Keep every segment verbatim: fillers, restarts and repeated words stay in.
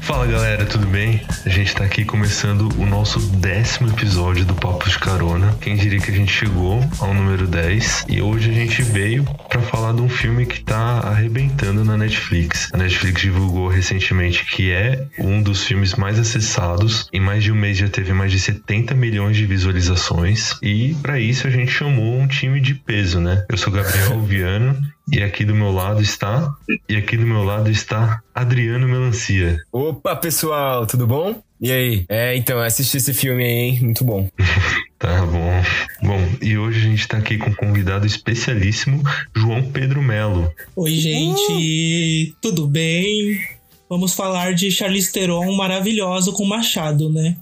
Fala galera, tudo bem? A gente tá aqui começando o nosso décimo episódio do Papo de Carona. Quem diria que a gente chegou ao número dez e hoje a gente veio pra falar de um filme que tá arrebentando na Netflix. A Netflix divulgou recentemente que é um dos filmes mais acessados. Em mais de um mês já teve mais de setenta milhões de visualizações e pra isso a gente chamou um time de peso, né? Eu sou Gabriel Viano. E aqui do meu lado está... E aqui do meu lado está Adriano Melancia. Opa, pessoal, tudo bom? E aí? É, então, assisti esse filme aí, hein? Muito bom. Tá bom. Bom, e hoje a gente tá aqui com um convidado especialíssimo, João Pedro Melo. Oi, gente. Uh! Tudo bem? Vamos falar de Charlize Theron maravilhosa com Machado, né?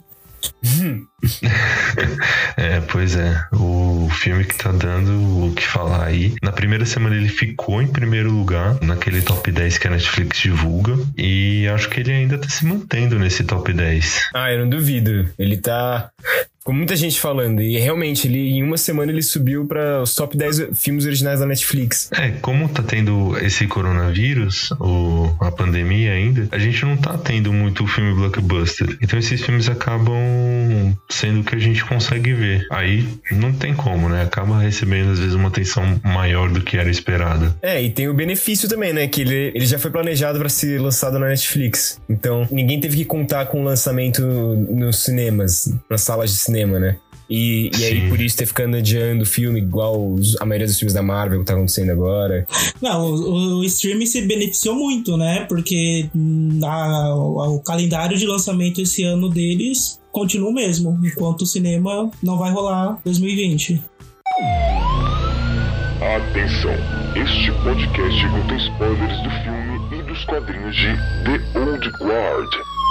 É, pois é. O filme que tá dando o que falar aí. Na primeira semana ele ficou em primeiro lugar naquele top dez que a Netflix divulga. E acho que ele ainda tá se mantendo nesse top dez. Ah, eu não duvido. Ele tá... Com muita gente falando, e realmente, ele, em uma semana ele subiu para os top dez filmes originais da Netflix. É, como tá tendo esse coronavírus, ou a pandemia ainda, a gente não tá tendo muito filme blockbuster. Então esses filmes acabam sendo o que a gente consegue ver. Aí não tem como, né? Acaba recebendo às vezes uma atenção maior do que era esperada. É, e tem o benefício também, né? Que ele, ele já foi planejado para ser lançado na Netflix. Então ninguém teve que contar com o lançamento nos cinemas, nas salas de cinema. Cinema, né? E, e aí, por isso, ter ficando adiando o filme, igual os, a maioria dos filmes da Marvel que tá acontecendo agora. Não, o, o streaming se beneficiou muito, né? Porque a, o calendário de lançamento esse ano deles continua o mesmo, enquanto o cinema não vai rolar dois mil e vinte. Atenção, este podcast contém spoilers do filme e dos quadrinhos de The Old Guard.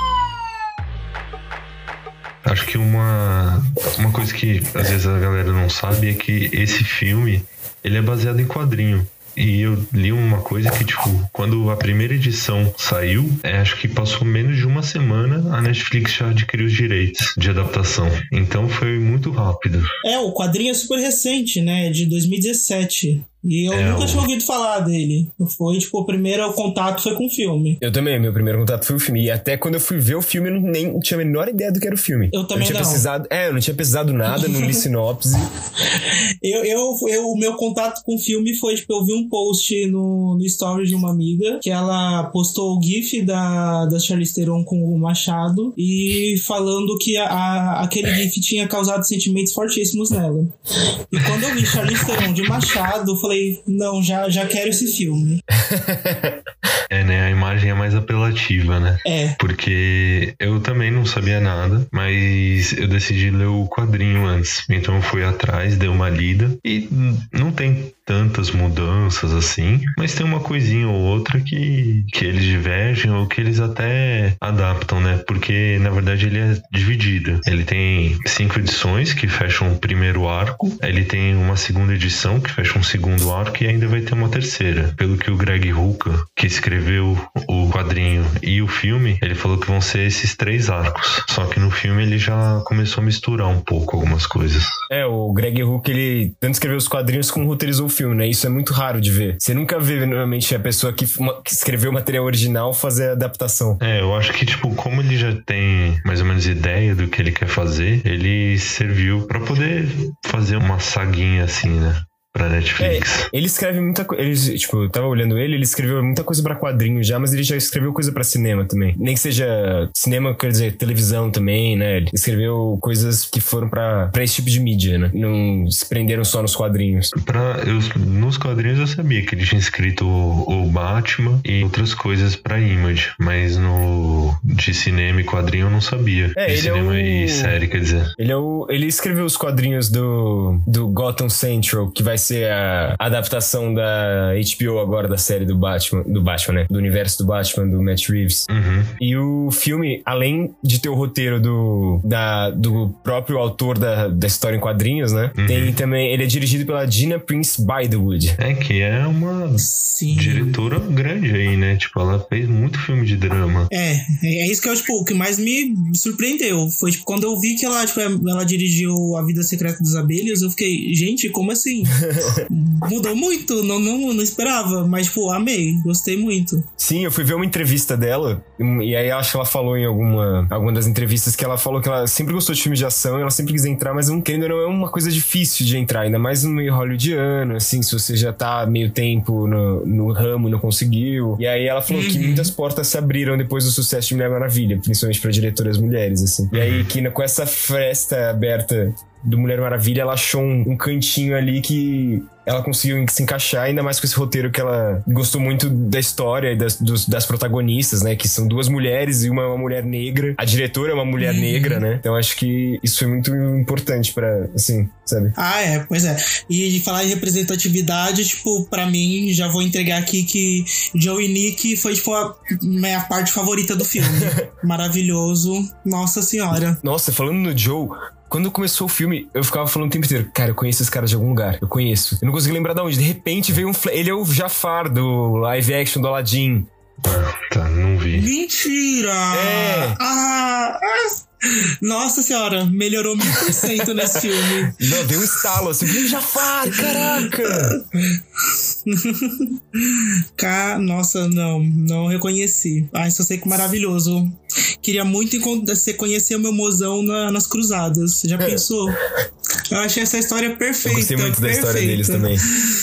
Acho que uma, uma coisa que às vezes a galera não sabe é que esse filme, ele é baseado em quadrinho. E eu li uma coisa que, tipo, quando a primeira edição saiu, é, acho que passou menos de uma semana, a Netflix já adquiriu os direitos de adaptação. Então foi muito rápido. É, o quadrinho é super recente, né? É de dois mil e dezessete. E eu é, nunca o... tinha ouvido falar dele. Foi, tipo, o primeiro contato foi com o filme. Eu também, meu primeiro contato foi o filme. E até quando eu fui ver o filme, eu nem tinha a menor ideia do que era o filme. Eu também eu não. Tinha não. Pesquisado, é, eu não tinha pesquisado nada, não li sinopse. eu, eu, eu, o meu contato com o filme foi, tipo, eu vi um post no, no story de uma amiga, que ela postou o gif da, da Charlize Theron com o Machado, e falando que a, a, aquele gif tinha causado sentimentos fortíssimos nela. E quando eu vi Charlize Theron de Machado, eu falei, Falei, não, já, já quero esse filme. É, né? A imagem é mais apelativa, né? É. Porque eu também não sabia nada, mas eu decidi ler o quadrinho antes. Então eu fui atrás, dei uma lida. E não tem tantas mudanças assim, mas tem uma coisinha ou outra que, que eles divergem ou que eles até adaptam, né? Porque, na verdade, ele é dividido. Ele tem cinco edições que fecham o primeiro arco. Ele tem uma segunda edição que fecha um segundo arco e ainda vai ter uma terceira. Pelo que o Greg Rucka, que escreveu o quadrinho e o filme, ele falou que vão ser esses três arcos. Só que no filme ele já começou a misturar um pouco algumas coisas. É, o Greg Rucka, ele tanto escreveu os quadrinhos como roteirizou o filme, né? Isso é muito raro de ver. Você nunca vê, normalmente, a pessoa que, uma, que escreveu o material original fazer a adaptação. É, eu acho que, tipo, como ele já tem mais ou menos ideia do que ele quer fazer, ele serviu pra poder fazer uma saguinha assim, né? Pra Netflix. É, ele escreve muita coisa. Ele, tipo, eu tava olhando ele, ele escreveu muita coisa pra quadrinho já, mas ele já escreveu coisa pra cinema também. Nem que seja cinema, quer dizer, televisão também, né? Ele escreveu coisas que foram pra, pra esse tipo de mídia, né? Não se prenderam só nos quadrinhos. Pra, eu, nos quadrinhos eu sabia que ele tinha escrito o, o Batman e outras coisas pra Image, mas no de cinema e quadrinho eu não sabia. É, de ele cinema é o... e série, quer dizer. Ele, é o... ele escreveu os quadrinhos do, do Gotham Central, que vai ser a adaptação da H B O agora da série do Batman, do Batman, né? Do universo do Batman, do Matt Reeves. Uhum. E o filme, além de ter o roteiro do, da, do próprio autor da, da história em quadrinhos, né? Uhum. Tem também, ele é dirigido pela Gina Prince Bythewood. É, que é uma Sim. diretora grande aí, né? Tipo, ela fez muito filme de drama. É, é isso que é tipo, o que mais me surpreendeu. Foi, tipo, quando eu vi que ela, tipo, ela dirigiu A Vida Secreta das Abelhas, eu fiquei, gente, como assim? Mudou muito, não, não, não esperava, mas, tipo, amei, gostei muito. Sim, eu fui ver uma entrevista dela, e aí acho que ela falou em alguma, alguma das entrevistas que ela falou que ela sempre gostou de filmes de ação, ela sempre quis entrar, mas não querendo, não é uma coisa difícil de entrar, ainda mais no meio hollywoodiano, assim, se você já tá meio tempo no, no ramo e não conseguiu. E aí ela falou uhum. que muitas portas se abriram depois do sucesso de Mulher Maravilha, principalmente pra diretoras mulheres, assim. E aí que com essa fresta aberta do Mulher Maravilha, ela achou um, um cantinho ali que ela conseguiu se encaixar, ainda mais com esse roteiro que ela gostou muito da história e das, dos, das protagonistas, né? Que são duas mulheres e uma, uma mulher negra. A diretora é uma mulher uhum. negra, né? Então acho que isso foi muito importante pra, assim, sabe? Ah, é, pois é. E de falar em representatividade, tipo, pra mim, já vou entregar aqui que Joe e Nick foi, tipo, a minha parte favorita do filme. Maravilhoso. Nossa Senhora. Nossa, falando no Joe... Quando começou o filme, eu ficava falando o tempo inteiro, cara, eu conheço esse cara de algum lugar, eu conheço. Eu não consegui lembrar de onde. De repente veio um... Fl- ele é o Jafar do live action do Aladdin. Ah, tá, não vi. Mentira! É! Ah! Nossa senhora, melhorou mil por cento nesse filme. Não, deu um estalo assim, veio o Jafar, caraca! Cá, nossa, não, não reconheci. Ai, só sei que maravilhoso. Queria muito você conhecer o meu mozão na, nas cruzadas. Já pensou? Eu achei essa história perfeita. Eu gostei muito perfeita. da história deles também.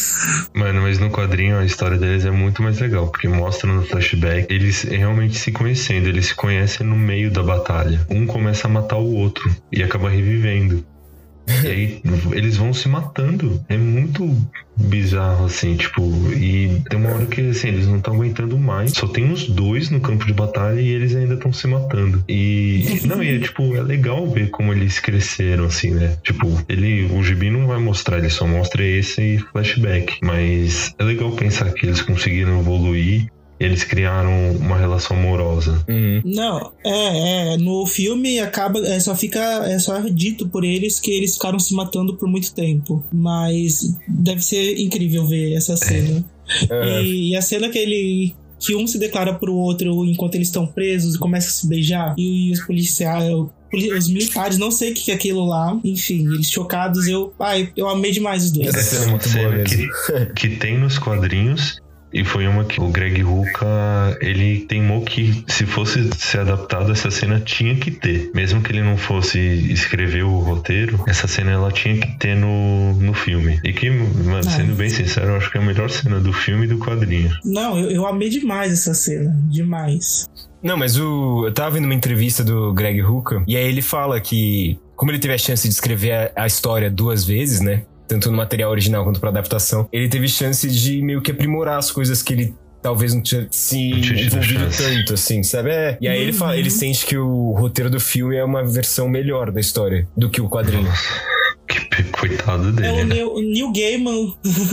Mano, mas no quadrinho a história deles é muito mais legal, porque mostra no flashback eles realmente se conhecendo, eles se conhecem no meio da batalha. Um começa a matar o outro e acaba revivendo. E aí eles vão se matando. É muito bizarro, assim, tipo... E tem uma hora que, assim, eles não estão aguentando mais. Só tem os dois no campo de batalha e eles ainda estão se matando. E... Não, e é, tipo, é legal ver como eles cresceram, assim, né? Tipo, ele... O gibi não vai mostrar, ele só mostra esse flashback. Mas é legal pensar que eles conseguiram evoluir. Eles criaram uma relação amorosa. Uhum. Não, é, é. No filme acaba. É, só fica. É só dito por eles que eles ficaram se matando por muito tempo. Mas deve ser incrível ver essa cena. É. E, e a cena que ele. Que um se declara pro outro enquanto eles estão presos e começa a se beijar. E, e os policiais. Os militares, não sei o que é aquilo lá. Enfim, eles chocados. Eu. Ai, eu amei demais os dois. Essa cena é muito boa mesmo. Que, que tem nos quadrinhos. E foi uma que o Greg Rucka, ele teimou que se fosse ser adaptado, essa cena tinha que ter. Mesmo que ele não fosse escrever o roteiro, essa cena ela tinha que ter no, no filme. E que, mano, sendo bem sincero, eu acho que é a melhor cena do filme e do quadrinho. Não, eu, eu amei demais essa cena. Demais. Não, mas o... eu tava vendo uma entrevista do Greg Rucka, e aí ele fala que, como ele teve a chance de escrever a, a história duas vezes, né? Tanto no material original quanto pra adaptação, ele teve chance de meio que aprimorar as coisas que ele talvez não tinha se não tinha envolvido tanto, assim, sabe? É. E aí uhum. ele fala, ele sente que o roteiro do filme é uma versão melhor da história do que o quadrinho. Nossa, que coitado dele, é, o né? Neil, o Neil Gaiman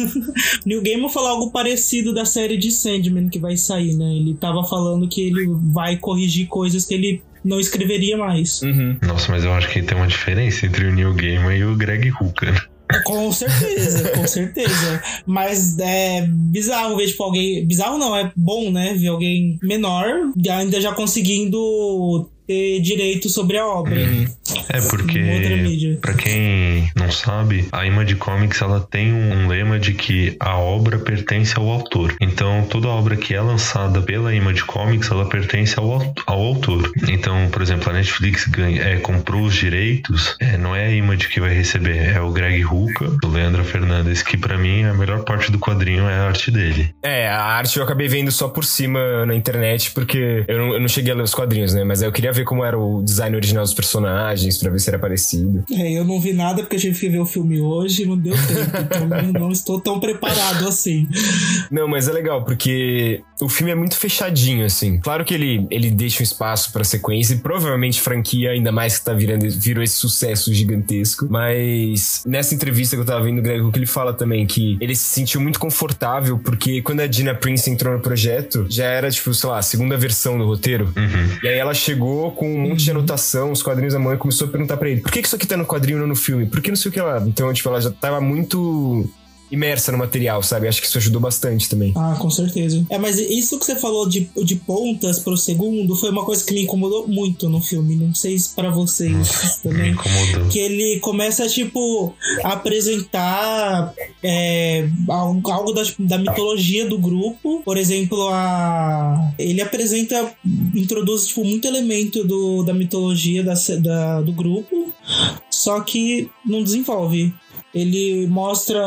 Neil Gaiman falou algo parecido da série de Sandman que vai sair, né? Ele tava falando que ele vai corrigir coisas que ele não escreveria mais. Uhum. Nossa, mas eu acho que tem uma diferença entre o Neil Gaiman e o Greg Rucka. Com certeza, com certeza. Mas é bizarro ver, tipo, alguém... Bizarro não, é bom, né? Ver alguém menor ainda já conseguindo ter direito sobre a obra. Uhum. É porque, pra quem não sabe, a Image Comics ela tem um lema de que a obra pertence ao autor. Então, toda obra que é lançada pela Image Comics, ela pertence ao, ao autor. Então, por exemplo, a Netflix ganha, é, comprou os direitos, é, não é a Image que vai receber, é o Greg Rucka, o Leandro Fernandes, que pra mim a melhor parte do quadrinho é a arte dele. É, a arte eu acabei vendo só por cima na internet, porque eu não, eu não cheguei a ler os quadrinhos, né? Mas eu queria ver como era o design original dos personagens, pra ver se era parecido. É, eu não vi nada porque eu tive que ver o filme hoje e não deu tempo, então não estou tão preparado assim. Não, mas é legal, porque o filme é muito fechadinho, assim. Claro que ele, ele deixa um espaço pra sequência e provavelmente franquia, ainda mais que tá virando, virou esse sucesso gigantesco, mas nessa entrevista que eu tava vendo o Greg Rucka, ele fala também que ele se sentiu muito confortável, porque quando a Gina Prince entrou no projeto, já era, tipo, sei lá, a segunda versão do roteiro. Uhum. E aí ela chegou com um monte de anotação, os quadrinhos da mãe, e começou a perguntar pra ele, por que que isso aqui tá no quadrinho e não no filme? Por que não sei o que lá? Então, tipo, ela já tava muito imersa no material, sabe? Acho que isso ajudou bastante também. Ah, com certeza. É, mas isso que você falou de, de pontas pro segundo foi uma coisa que me incomodou muito no filme. Não sei se pra vocês Nossa, também. Me incomodou. Que ele começa, tipo, a apresentar é, algo, algo da, da mitologia do grupo. Por exemplo, a... ele apresenta, introduz, tipo, muito elemento do, da mitologia da, da, do grupo, só que não desenvolve. Ele mostra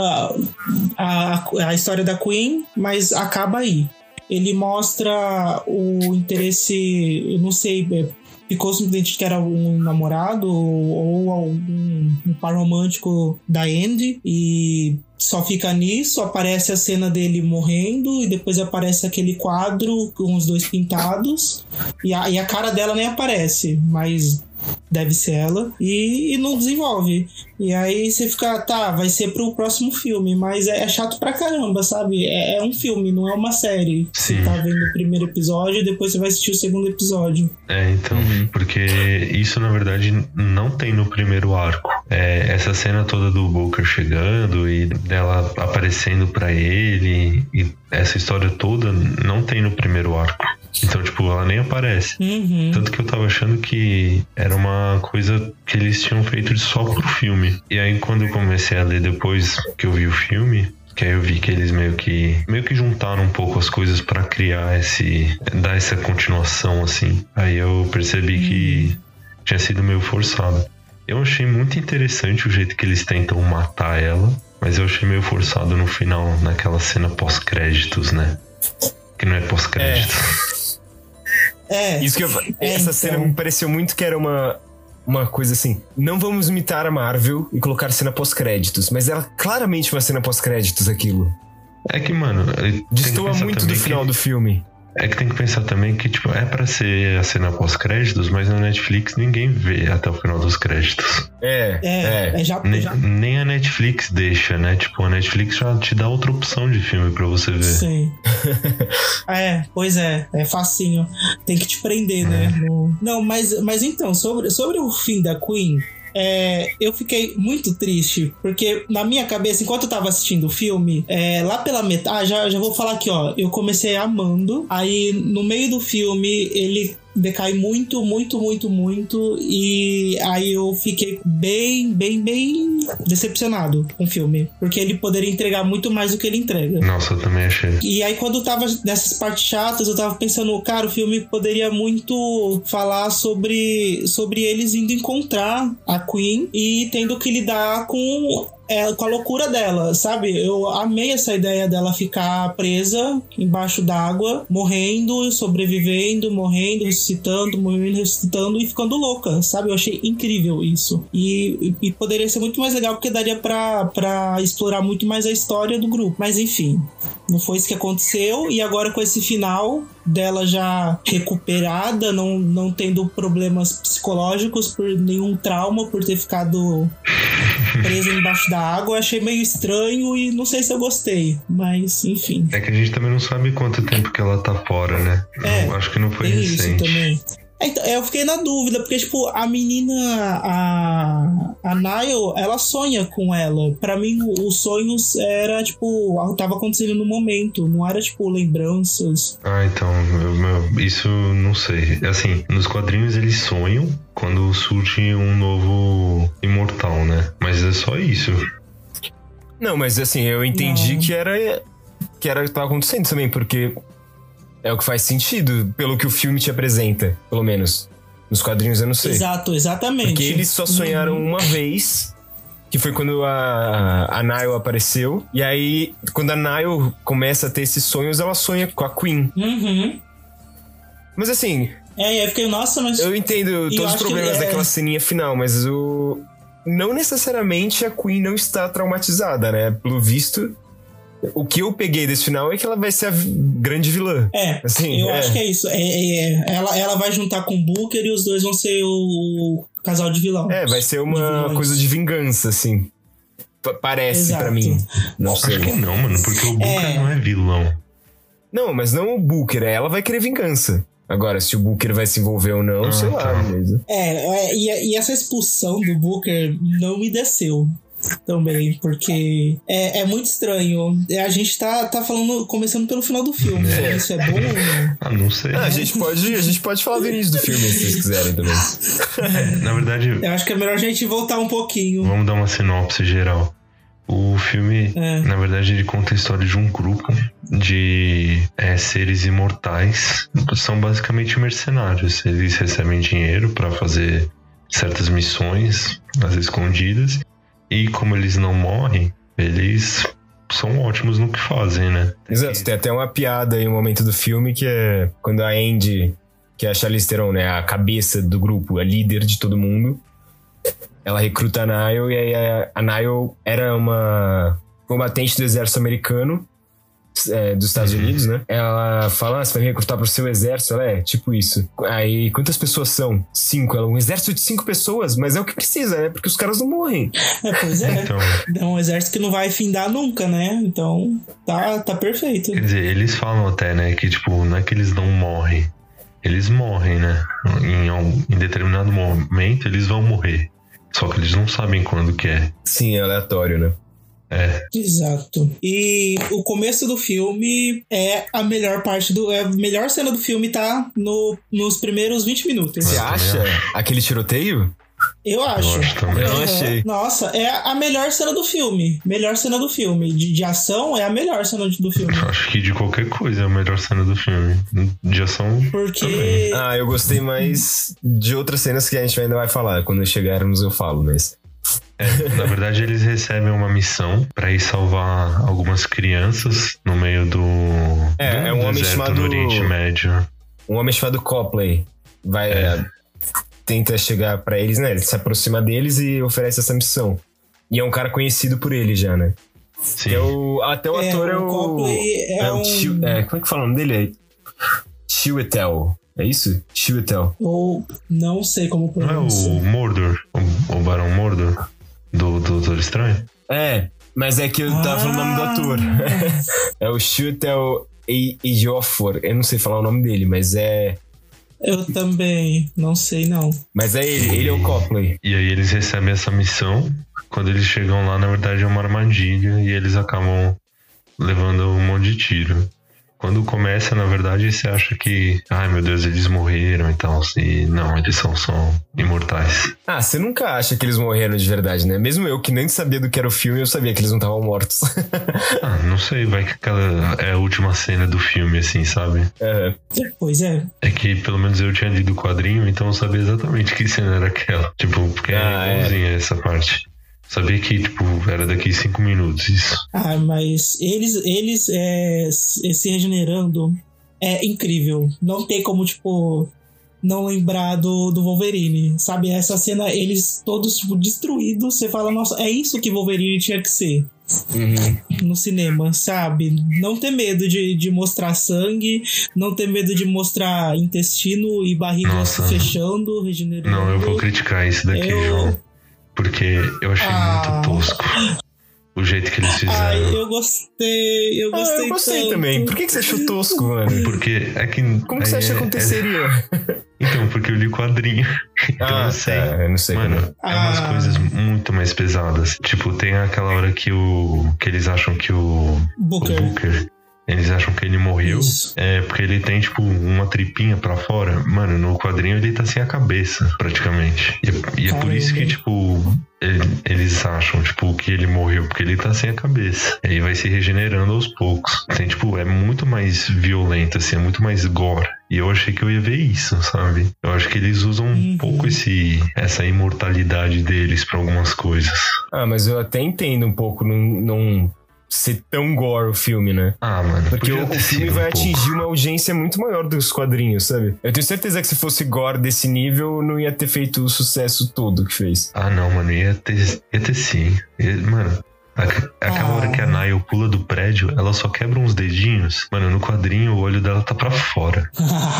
a, a história da Queen, mas acaba aí. Ele mostra o interesse, eu não sei, ficou simplesmente que era um namorado ou algum um par romântico da Andy, e só fica nisso. Aparece a cena dele morrendo e depois aparece aquele quadro com os dois pintados, e a, e a cara dela nem aparece, mas deve ser ela, e, e não desenvolve. E aí você fica, tá, vai ser pro próximo filme, mas é, é chato pra caramba, sabe? É, é um filme, não é uma série. Sim. Você tá vendo o primeiro episódio e depois você vai assistir o segundo episódio. É, então, uhum. Porque isso na verdade não tem no primeiro arco. É, essa cena toda do Booker chegando e dela aparecendo pra ele, e essa história toda não tem no primeiro arco. Então, tipo, ela nem aparece. Uhum. Tanto que eu tava achando que era uma coisa que eles tinham feito só pro filme. E aí, quando eu comecei a ler depois que eu vi o filme, que aí eu vi que eles meio que meio que juntaram um pouco as coisas pra criar esse... dar essa continuação, assim. Aí eu percebi uhum. que tinha sido meio forçado. Eu achei muito interessante o jeito que eles tentam matar ela, mas eu achei meio forçado no final, naquela cena pós-créditos, né? Que não é pós-crédito. É. É, Isso que eu, é, essa então. cena me pareceu muito que era uma, uma coisa assim. Não vamos imitar a Marvel e colocar cena pós-créditos, mas era claramente uma cena pós-créditos aquilo. É que, mano, destoa muito do final que, do filme. É que tem que pensar também que, tipo, é pra ser a cena pós-créditos, mas na Netflix ninguém vê até o final dos créditos. É, é. é. é já, nem, já... nem a Netflix deixa, né? Tipo, a Netflix já te dá outra opção de filme pra você ver. Sim. É, pois é, é facinho. Tem que te prender, é. né? No... Não, mas, mas então, sobre, sobre o fim da Queen... É, eu fiquei muito triste, porque na minha cabeça, enquanto eu tava assistindo o filme, é, lá pela metade, ah, já, já vou falar aqui, ó, eu comecei amando, aí no meio do filme ele decai muito, muito, muito, muito, e aí eu fiquei bem, bem, bem decepcionado com o filme, porque ele poderia entregar muito mais do que ele entrega. Nossa, eu também achei. E aí quando eu tava nessas partes chatas, eu tava pensando, cara, o filme poderia muito falar sobre, sobre eles indo encontrar a Queen e tendo que lidar com... É, com a loucura dela, sabe? Eu amei essa ideia dela ficar presa embaixo d'água, morrendo, sobrevivendo, morrendo, ressuscitando, morrendo, ressuscitando e ficando louca, sabe? Eu achei incrível isso. E, e poderia ser muito mais legal porque daria pra, pra explorar muito mais a história do grupo. Mas enfim, não foi isso que aconteceu. E agora com esse final dela já recuperada, não, não tendo problemas psicológicos por nenhum trauma, por ter ficado presa embaixo da água, eu achei meio estranho e não sei se eu gostei, mas enfim. É que a gente também não sabe quanto tempo que ela tá fora, né? É, não, acho que não foi tem recente. Isso também. Então, eu fiquei na dúvida, porque, tipo, a menina, a, a Niall, ela sonha com ela. Pra mim, os sonhos era, tipo, tava acontecendo no momento, não era, tipo, lembranças. Ah, então, meu, meu, isso não sei. Assim, nos quadrinhos eles sonham quando surge um novo imortal, né? Mas é só isso. Não, mas assim, eu entendi não. que era que era o que tava acontecendo também, porque é o que faz sentido, pelo que o filme te apresenta, pelo menos. Nos quadrinhos eu não sei. Exato, exatamente. Porque eles só sonharam uhum. uma vez, que foi quando a, a Niall apareceu. E aí, quando a Niall começa a ter esses sonhos, ela sonha com a Queen. Uhum. Mas assim... É, e aí eu fiquei, nossa, mas... Eu entendo todos os problemas que, é... daquela ceninha final, mas o... não necessariamente a Queen não está traumatizada, né? Pelo visto... O que eu peguei desse final é que ela vai ser a grande vilã. É, assim, eu é. acho que é isso. É, é, ela, ela vai juntar com o Booker e os dois vão ser o casal de vilão. É, vai ser uma coisa de vingança, assim. P- parece Exato. Pra mim. Não sei. Acho que não, mano, porque o Booker é. não é vilão. Não, mas não o Booker, ela vai querer vingança. Agora, se o Booker vai se envolver ou não, ah, sei tá. lá. Mesmo. É, é e, e essa expulsão do Booker não me desceu. também, porque é, é muito estranho. A gente tá, tá falando, começando pelo final do filme. É. Isso é bom ou não? Ah, não sei. Ah, a, gente pode, a gente pode falar do início do filme, se vocês quiserem também. Na verdade... Eu acho que é melhor a gente voltar um pouquinho. Vamos dar uma sinopse geral. O filme, é. na verdade, ele conta a história de um grupo de é, seres imortais. São basicamente mercenários. Eles recebem dinheiro pra fazer certas missões, às escondidas. E como eles não morrem, eles são ótimos no que fazem, né? Exato, tem até uma piada aí, um momento do filme, que é quando a Andy, que é a Charlize Theron, né, a cabeça do grupo, a líder de todo mundo, ela recruta a Nile, e aí a, a Nile era uma combatente do exército americano, é, dos Estados uhum. Unidos, né? Ela fala, ah, você vai me recrutar pro seu exército? Ela é, tipo isso. Aí, quantas pessoas são? Cinco. Ela, um exército de cinco pessoas? Mas é o que precisa, né? Porque os caras não morrem. É, pois é. Então, é um exército que não vai findar nunca, né? Então, tá, tá perfeito. Quer dizer, eles falam até, né, que, tipo, não é que eles não morrem. Eles morrem, né? Em, em determinado momento, eles vão morrer. Só que eles não sabem quando que é. Sim, é aleatório, né? É. Exato. E o começo do filme é a melhor parte do... É a melhor cena do filme tá no, nos primeiros vinte minutos. Você acha? Aquele tiroteio? Eu acho. Eu, acho também. Eu achei. Nossa, é a melhor cena do filme. Melhor cena do filme. De, de ação é a melhor cena do filme. Eu acho que de qualquer coisa é a melhor cena do filme. De ação. Porque. Também. Ah, eu gostei mais de outras cenas que a gente ainda vai falar. Quando chegarmos, eu falo, mas. É, na verdade, eles recebem uma missão pra ir salvar algumas crianças no meio do. É, do é um homem chamado. No Oriente Médio. Um homem chamado Copley. Vai. É. Tenta chegar pra eles, né? Ele se aproxima deles e oferece essa missão. E é um cara conhecido por ele já, né? Sim. Que é o, até o é, ator o é o. Copley é, é o um... Chiu, é, como é que fala o nome dele? Chiwetel. É isso? Chiwetel. Ou não sei como pronunciar. Não é o Mordor? O, o Barão Mordor? Do, do Doutor Estranho? É, mas é que eu tava ah. falando o nome do ator. É o Chiwetel Ejiofor. Eu não sei falar o nome dele, mas é. Eu também, não sei não. Mas é ele, ele é o Copley. E aí eles recebem essa missão. Quando eles chegam lá, na verdade é uma armadilha. E eles acabam levando um monte de tiro. Quando começa, na verdade, você acha que... Ai, meu Deus, eles morreram e tal. E não, eles são só imortais. Ah, você nunca acha que eles morreram de verdade, né? Mesmo eu, que nem sabia do que era o filme, eu sabia que eles não estavam mortos. Ah, não sei. Vai que aquela é a última cena do filme, assim, sabe? É. Pois é. É que, pelo menos, eu tinha lido o quadrinho, então eu sabia exatamente que cena era aquela. Tipo, porque ah, é igualzinha é. essa parte. Sabia que, tipo, era daqui cinco minutos isso. Ah, mas eles, eles é, se regenerando é incrível. Não tem como, tipo, não lembrar do, do Wolverine. Sabe, essa cena, eles todos, tipo, destruídos. Você fala, nossa, é isso que Wolverine tinha que ser. Uhum. No cinema, sabe? Não ter medo de, de mostrar sangue, não ter medo de mostrar intestino e barriga nossa. fechando, regenerando. Não, eu vou criticar isso daqui, eu... João. Porque eu achei ah. muito tosco o jeito que eles fizeram. Ai, eu gostei, eu gostei. Ah, eu gostei tanto. também. Por que, que você achou tosco, mano? Porque é que. Como que você acha que aconteceria? É... Então, porque eu li o quadrinho. Então ah, eu sei. Tá, eu não sei. Mano, como. é umas ah. coisas muito mais pesadas. Tipo, tem aquela hora que o. que eles acham que o. Booker. O Booker eles acham que ele morreu. Isso. É porque ele tem, tipo, uma tripinha pra fora. Mano, no quadrinho ele tá sem a cabeça, praticamente. E, e é por isso que, tipo, ele, eles acham, tipo, que ele morreu, porque ele tá sem a cabeça. E aí vai se regenerando aos poucos. Tem, tipo, é muito mais violento, assim, é muito mais gore. E eu achei que eu ia ver isso, sabe? Eu acho que eles usam um uhum. pouco esse, essa imortalidade deles pra algumas coisas. Ah, mas eu até entendo um pouco, não... não... ser tão gore o filme, né? Ah, mano. Porque o, o filme vai um atingir uma audiência muito maior dos quadrinhos, sabe? Eu tenho certeza que se fosse gore desse nível, não ia ter feito o sucesso todo que fez. Ah, não, mano. Ia ter, ia ter sim. Ia, mano, aquela ah. hora que a Nile pula do prédio, ela só quebra uns dedinhos. Mano, no quadrinho o olho dela tá pra fora.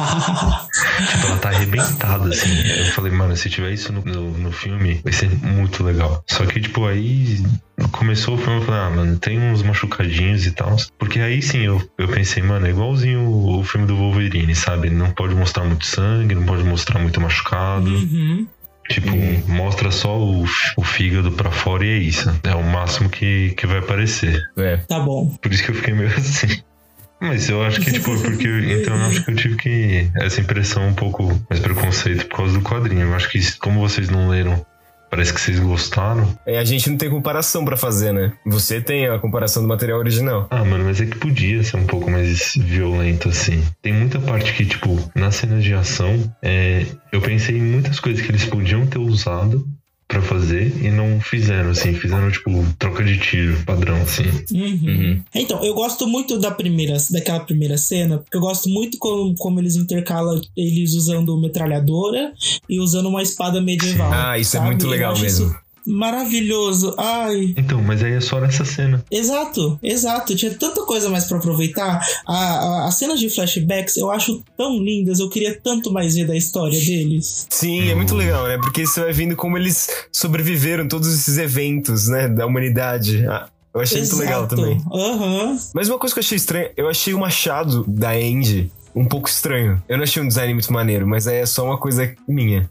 Tipo, ela tá arrebentada, assim. Eu falei, mano, se tiver isso no, no, no filme, vai ser muito legal. Só que, tipo, aí... começou o filme, eu falei, ah, mano, tem uns machucadinhos e tal. Porque aí sim eu, eu pensei, mano, é igualzinho o, o filme do Wolverine, sabe? Não pode mostrar muito sangue, não pode mostrar muito machucado. Uhum. Tipo, hum. mostra só o, o fígado pra fora e é isso. É o máximo que, que vai aparecer. É. Tá bom. Por isso que eu fiquei meio assim. Mas eu acho que, tipo, porque eu, então eu acho que eu tive que essa impressão um pouco mais preconceito por causa do quadrinho. Eu acho que como vocês não leram, parece que vocês gostaram. É, a gente não tem comparação pra fazer, né? Você tem a comparação do material original. Ah, mano, mas é que podia ser um pouco mais violento, assim. Tem muita parte que, tipo, nas cenas de ação, é, eu pensei em muitas coisas que eles podiam ter usado pra fazer e não fizeram, assim. Fizeram, tipo, troca de tiro, padrão, assim. Uhum. Uhum. Então, eu gosto muito da primeira, daquela primeira cena, porque eu gosto muito como, como eles intercalam eles usando metralhadora e usando uma espada medieval. Ah, isso sabe? é muito legal mesmo. Isso maravilhoso. Ai. Então, mas aí é só nessa cena. Exato, exato. Tinha tanta coisa mais pra aproveitar. A, a, as cenas de flashbacks eu acho tão lindas. Eu queria tanto mais ver da história deles. Sim, é muito legal, né? Porque você vai vendo como eles sobreviveram todos esses eventos, né? Da humanidade. Ah, eu achei Exato. muito legal também. Uhum. Mas uma coisa que eu achei estranha, eu achei o machado da Andy um pouco estranho. Eu não achei um design muito maneiro, mas aí é só uma coisa minha.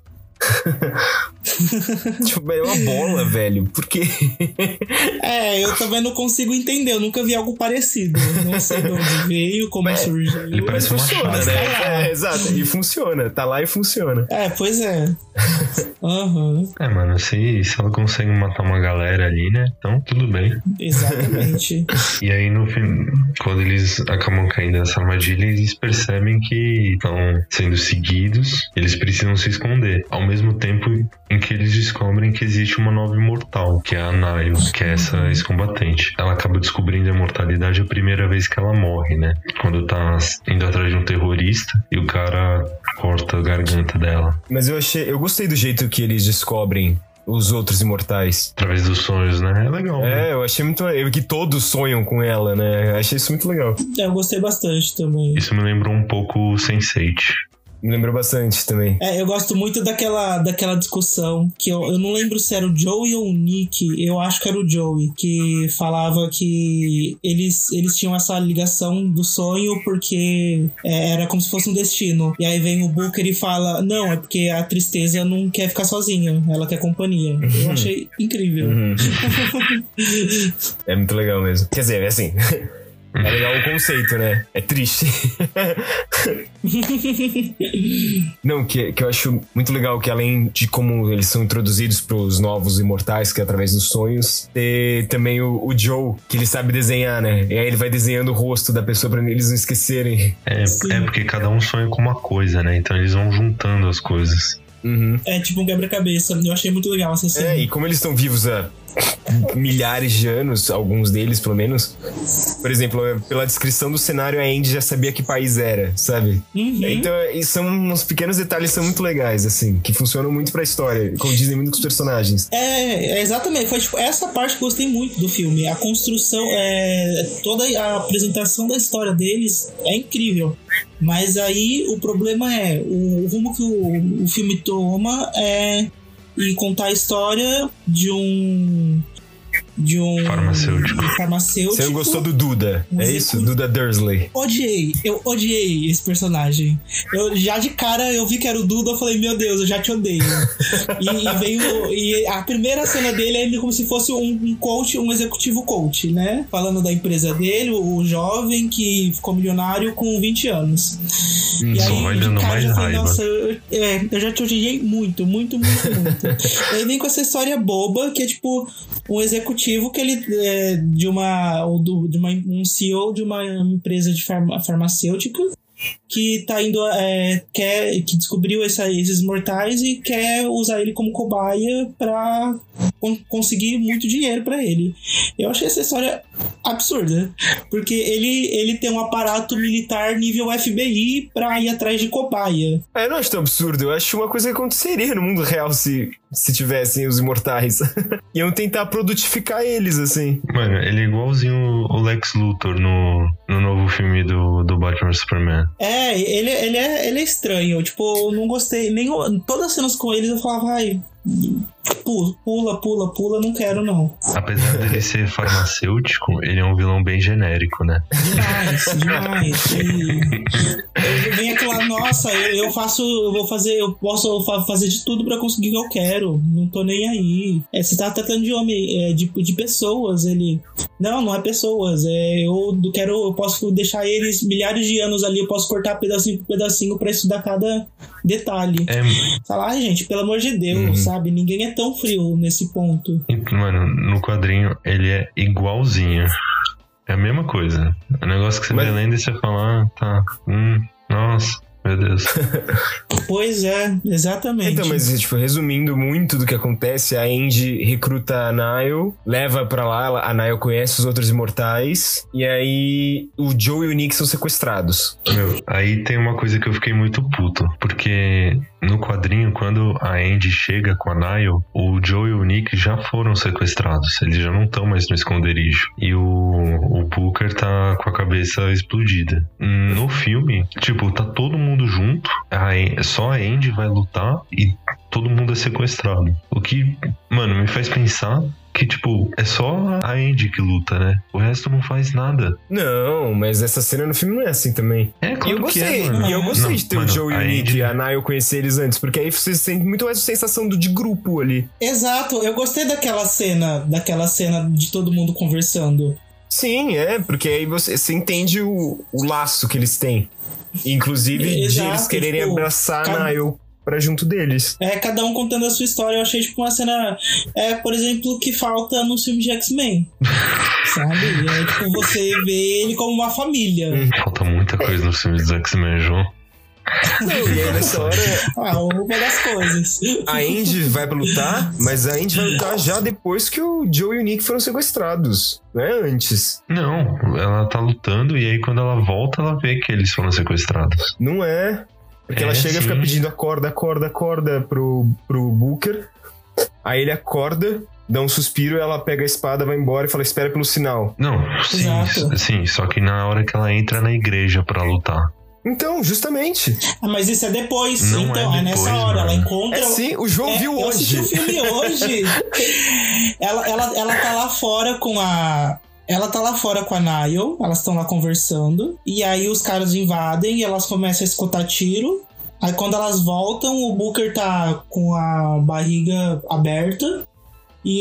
Tipo, é uma bola, velho. Por quê? É, eu também não consigo entender. Eu nunca vi algo parecido. Não sei de onde veio, como Mas surgiu. Ele parece uma funciona, chave, né? Tá é, exato. E funciona. Tá lá e funciona. É, pois é. Uhum. É, mano, se, se ela consegue matar uma galera ali, né? Então, tudo bem. Exatamente. E aí, no fim, quando eles acabam caindo nessa armadilha, eles percebem que estão sendo seguidos. Eles precisam se esconder. Ao mesmo tempo em que eles descobrem que existe uma nova imortal, que é a Nayo, que é essa ex-combatente. Ela acaba descobrindo a imortalidade a primeira vez que ela morre, né? Quando tá indo atrás de um terrorista e o cara corta a garganta dela. Mas eu achei, eu gostei do jeito que eles descobrem os outros imortais. Através dos sonhos, né? É legal. É, né? eu achei muito legal. Que todos sonham com ela, né? Eu achei isso muito legal. É, eu gostei bastante também. Isso me lembrou um pouco sense eight. Me lembrou bastante também. É, eu gosto muito daquela, daquela discussão que eu, eu não lembro se era o Joey ou o Nick, eu acho que era o Joey, que falava que eles, eles tinham essa ligação do sonho porque é, era como se fosse um destino. E aí vem o Booker e fala, não, é porque a tristeza não quer ficar sozinha, ela quer companhia. Uhum. Eu achei incrível. Uhum. É muito legal mesmo. Quer dizer, é assim... É legal o conceito, né? É triste. Não, que, que eu acho muito legal que além de como eles são introduzidos pros novos imortais, que é através dos sonhos, ter também o, o Joe, que ele sabe desenhar, né? E aí ele vai desenhando o rosto da pessoa pra eles não esquecerem. É, é porque cada um sonha com uma coisa, né? Então eles vão juntando as coisas. Uhum. É tipo um quebra-cabeça. Eu achei muito legal essa cena. É, e como eles estão vivos há milhares de anos, alguns deles pelo menos. Por exemplo, pela descrição do cenário, a Andy já sabia que país era, sabe? Uhum. Então, são uns pequenos detalhes que são muito legais, assim, que funcionam muito pra história, condizem muito com os personagens. É, é exatamente. Foi tipo, essa parte que eu gostei muito do filme. A construção, é, toda a apresentação da história deles é incrível. Mas aí o problema é o rumo que o, o filme toma é e contar a história de um de um farmacêutico. farmacêutico. Você não gostou do Duda, um é isso? Duda Dursley. Odiei, eu odiei esse personagem. Eu, já de cara eu vi que era o Duda, eu falei, meu Deus, eu já te odeio. e, e veio e a primeira cena dele é ele como se fosse um, um coach, um executivo coach, né? Falando da empresa dele, o, o jovem que ficou milionário com vinte anos. Hum, e só aí, vai dando cara, mais eu falei, raiva. nossa, eu, é, eu já te odiei muito, muito, muito, muito. E aí vem com essa história boba que é tipo um executivo que ele é de uma, ou do, de uma um C E O de uma empresa de farma, farmacêutica que tá indo é, quer, que descobriu essa, esses mortais e quer usar ele como cobaia pra con- conseguir muito dinheiro pra ele. Eu achei essa história absurda, porque ele, ele tem um aparato militar nível F B I pra ir atrás de cobaia. É, eu não acho tão absurdo, eu acho uma coisa que aconteceria no mundo real se, se tivessem os imortais. Iam tentar produtificar eles, assim. Mano, ele é igualzinho o Lex Luthor no, no novo filme do, do Batman Superman. É, ele, ele, é, ele é estranho. Tipo, eu não gostei. Nem, todas as cenas com eles eu falava, ai, pula, pula, pula, não quero não. Apesar dele ser farmacêutico, ele é um vilão bem genérico, né? Demais, demais. E, vem aquela nossa, eu, eu faço, eu vou fazer, eu posso fazer de tudo pra conseguir o que eu quero. Não tô nem aí. É, você tá tratando de homem, é, de, de pessoas. Ele, não, não é pessoas. É, eu quero, eu posso deixar eles milhares de anos ali, eu posso cortar pedacinho por pedacinho pra estudar cada detalhe. É... Falar, ai, gente, pelo amor de Deus, uhum. sabe? Ninguém é tão frio nesse ponto. Mano, no quadrinho ele é igualzinho. É a mesma coisa. É um negócio que você Mas... vai lendo e você fala, ah, tá, hum, nossa, meu Deus. Pois é, exatamente. Então, mas tipo, resumindo muito do que acontece, a Andy recruta a Nile, leva pra lá, a Nile conhece os outros imortais, e aí o Joe e o Nick são sequestrados. Meu, aí tem uma coisa que eu fiquei muito puto, porque no quadrinho, quando a Andy chega com a Nile, o Joe e o Nick já foram sequestrados, eles já não estão mais no esconderijo, e o, o Booker tá com a cabeça explodida. No filme, tipo, tá todo mundo junto, a, só a Andy vai lutar e todo mundo é sequestrado. O que, mano, me faz pensar que, tipo, é só a Andy que luta, né? O resto não faz nada. Não, mas essa cena no filme não é assim também. É, claro e eu gostei, que é, mano. E eu gostei não, de ter mano, o Joe e o Nick Andy... e a Nile conhecer eles antes, porque aí você sente muito mais a sensação do, de grupo ali. Exato, eu gostei daquela cena, daquela cena de todo mundo conversando. Sim, é, porque aí você, você entende o, o laço que eles têm. Inclusive, Exato, de eles quererem tipo, abraçar cada... a Nile pra junto deles. É, cada um contando a sua história. Eu achei, tipo, uma cena, é, por exemplo, que falta no filme de X-Men. Sabe? E aí, tipo, você vê ele como uma família. Falta muita coisa no filme dos X-Men, João. Não, e aí nessa hora... Ah, uma das coisas. A Andy vai pra lutar, mas a Andy vai lutar já depois que o Joe e o Nick foram sequestrados. Não é antes. Não, ela tá lutando e aí quando ela volta, ela vê que eles foram sequestrados. Não é. Porque é, ela chega sim. e fica pedindo acorda, acorda, acorda pro, pro Booker. Aí ele acorda, dá um suspiro, ela pega a espada, vai embora e fala, espera pelo sinal. Não, sim, sim, só que na hora que ela entra na igreja pra lutar. Então, justamente. Ah, mas isso é depois. Não então, é, é depois, nessa hora. mano. Ela encontra. É sim, o João é, viu eu hoje. Eu assisti o filme hoje. ela, ela, ela tá lá fora com a. Ela tá lá fora com a Nile. Elas estão lá conversando. E aí os caras invadem e elas começam a escutar tiro. Aí quando elas voltam, o Booker tá com a barriga aberta. E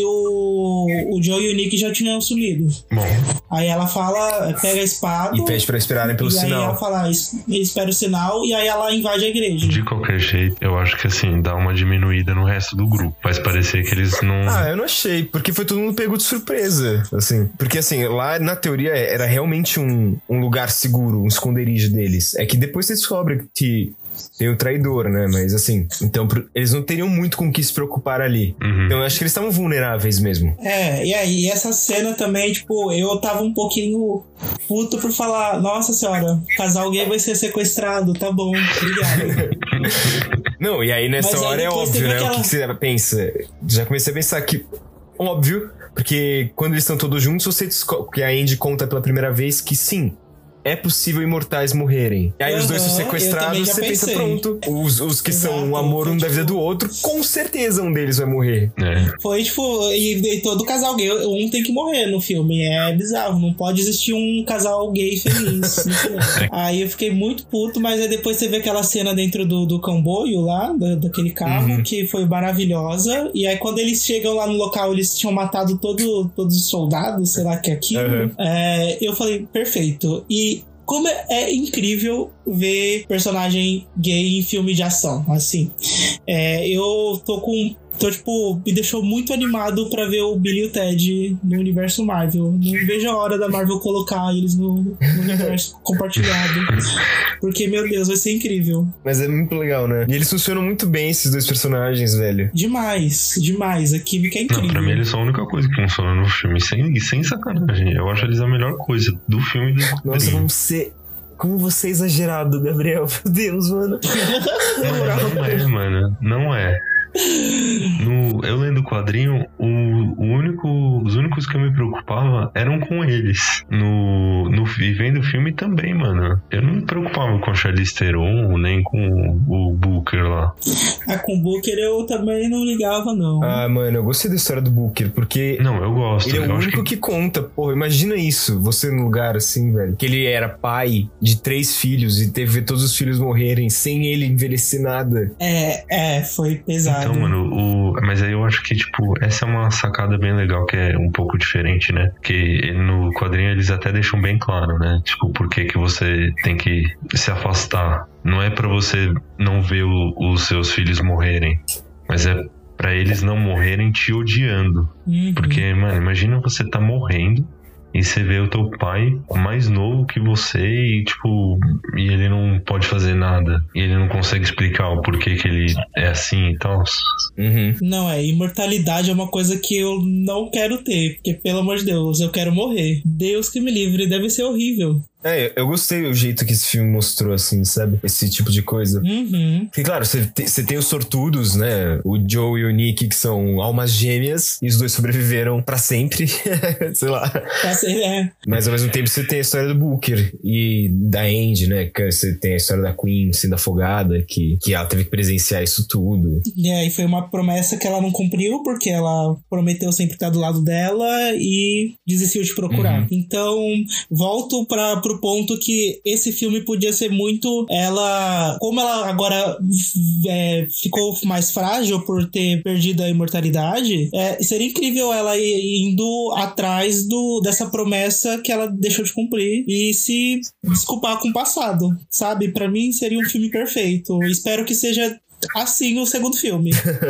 o, o Joe e o Nick já tinham sumido. Bom. Aí ela fala, pega a espada. E pede pra esperarem pelo e sinal. E aí ela fala, espera o sinal. E aí ela invade a igreja. De qualquer jeito, eu acho que assim, dá uma diminuída no resto do grupo. Faz parecer que eles não... Ah, eu não achei. Porque foi todo mundo pego de surpresa. Assim. Porque assim, lá na teoria era realmente um, um lugar seguro, um esconderijo deles. É que depois você descobre que... tem o traidor, né? Mas assim, então eles não teriam muito com o que se preocupar ali. Uhum. Então eu acho que eles estavam vulneráveis mesmo. É, e aí essa cena também, tipo, eu tava um pouquinho puto por falar, nossa senhora, casal gay vai ser sequestrado, tá bom, obrigado. Não, e aí nessa Mas hora aí é óbvio, né? aquela... O que você pensa? Já comecei a pensar que, óbvio, porque quando eles estão todos juntos, você descobre, porque a Andy conta pela primeira vez que sim, é possível imortais morrerem. E aí uhum, os dois são sequestrados, você pensei. pensa, pronto. Os, os que Exato, são o amor um da vida do outro, com certeza um deles vai morrer. É. Foi tipo, e, e todo casal gay, um tem que morrer no filme. É bizarro, não pode existir um casal gay feliz no filme. Aí eu fiquei muito puto, mas aí depois você vê aquela cena dentro do, do comboio lá, da, daquele carro, uhum. que foi maravilhosa. E aí quando eles chegam lá no local, eles tinham matado todo, todos os soldados, sei lá que é aquilo. Uhum. É, eu falei, perfeito. E como é, é incrível ver personagem gay em filme de ação, assim. É, eu tô com... Tô, tipo, me deixou muito animado pra ver o Billy e o Ted no universo Marvel. Não vejo a hora da Marvel colocar eles no, no universo compartilhado. Porque, meu Deus, vai ser incrível. Mas é muito legal, né? E eles funcionam muito bem, esses dois personagens, velho. Demais, demais. A química é incrível. Não, pra mim eles são a única coisa que funciona no filme. Sem, sem sacanagem. Eu acho eles a melhor coisa do filme. Do Nossa, vamos ser... Como você é exagerado, Gabriel. Meu Deus, mano. Mano, não é, mano. Não é. No, eu lendo o quadrinho, o, o único, os únicos que eu me preocupava eram com eles. No, no vendo o filme também, mano. Eu não me preocupava com a Charlize Theron, nem com o Booker lá. Ah, com o Booker eu também não ligava, não. Ah, mano, eu gostei da história do Booker, porque... Não, eu gosto. Ele é eu o único que... que conta. Porra, imagina isso, você num lugar assim, velho. Que ele era pai de três filhos e teve todos os filhos morrerem sem ele envelhecer nada. É, é, foi pesado. Então, mano, o... mas aí eu acho que, tipo, essa é uma sacada bem legal, que é um pouco diferente, né? Que no quadrinho eles até deixam bem claro, né? Tipo, por que que você tem que se afastar. Não é pra você não ver o, os seus filhos morrerem, mas é pra eles não morrerem te odiando. Uhum. Porque, mano, imagina você tá morrendo e você vê o teu pai mais novo que você e, tipo, e ele não pode fazer nada. E ele não consegue explicar o porquê que ele é assim e tal. Uhum. Não, é, imortalidade é uma coisa que eu não quero ter. Porque, pelo amor de Deus, eu quero morrer. Deus que me livre, deve ser horrível. É, eu gostei do jeito que esse filme mostrou, assim, sabe? Esse tipo de coisa. Uhum. Porque, claro, você tem, você tem os sortudos, né? O Joe e o Nick, que são almas gêmeas, e os dois sobreviveram pra sempre. Sei lá. Pra ser, é. Mas, ao mesmo tempo, você tem a história do Booker e da Andy, né? Que você tem a história da Queen sendo afogada, que, que ela teve que presenciar isso tudo. E aí foi uma promessa que ela não cumpriu, porque ela prometeu sempre estar do lado dela e desistiu de procurar. Uhum. Então, volto pra, pro ponto que esse filme podia ser muito ela, como ela agora é, ficou mais frágil por ter perdido a imortalidade, é, seria incrível ela indo atrás do, dessa promessa que ela deixou de cumprir e se desculpar com o passado, sabe? Pra mim seria um filme perfeito. Espero que seja assim o segundo filme.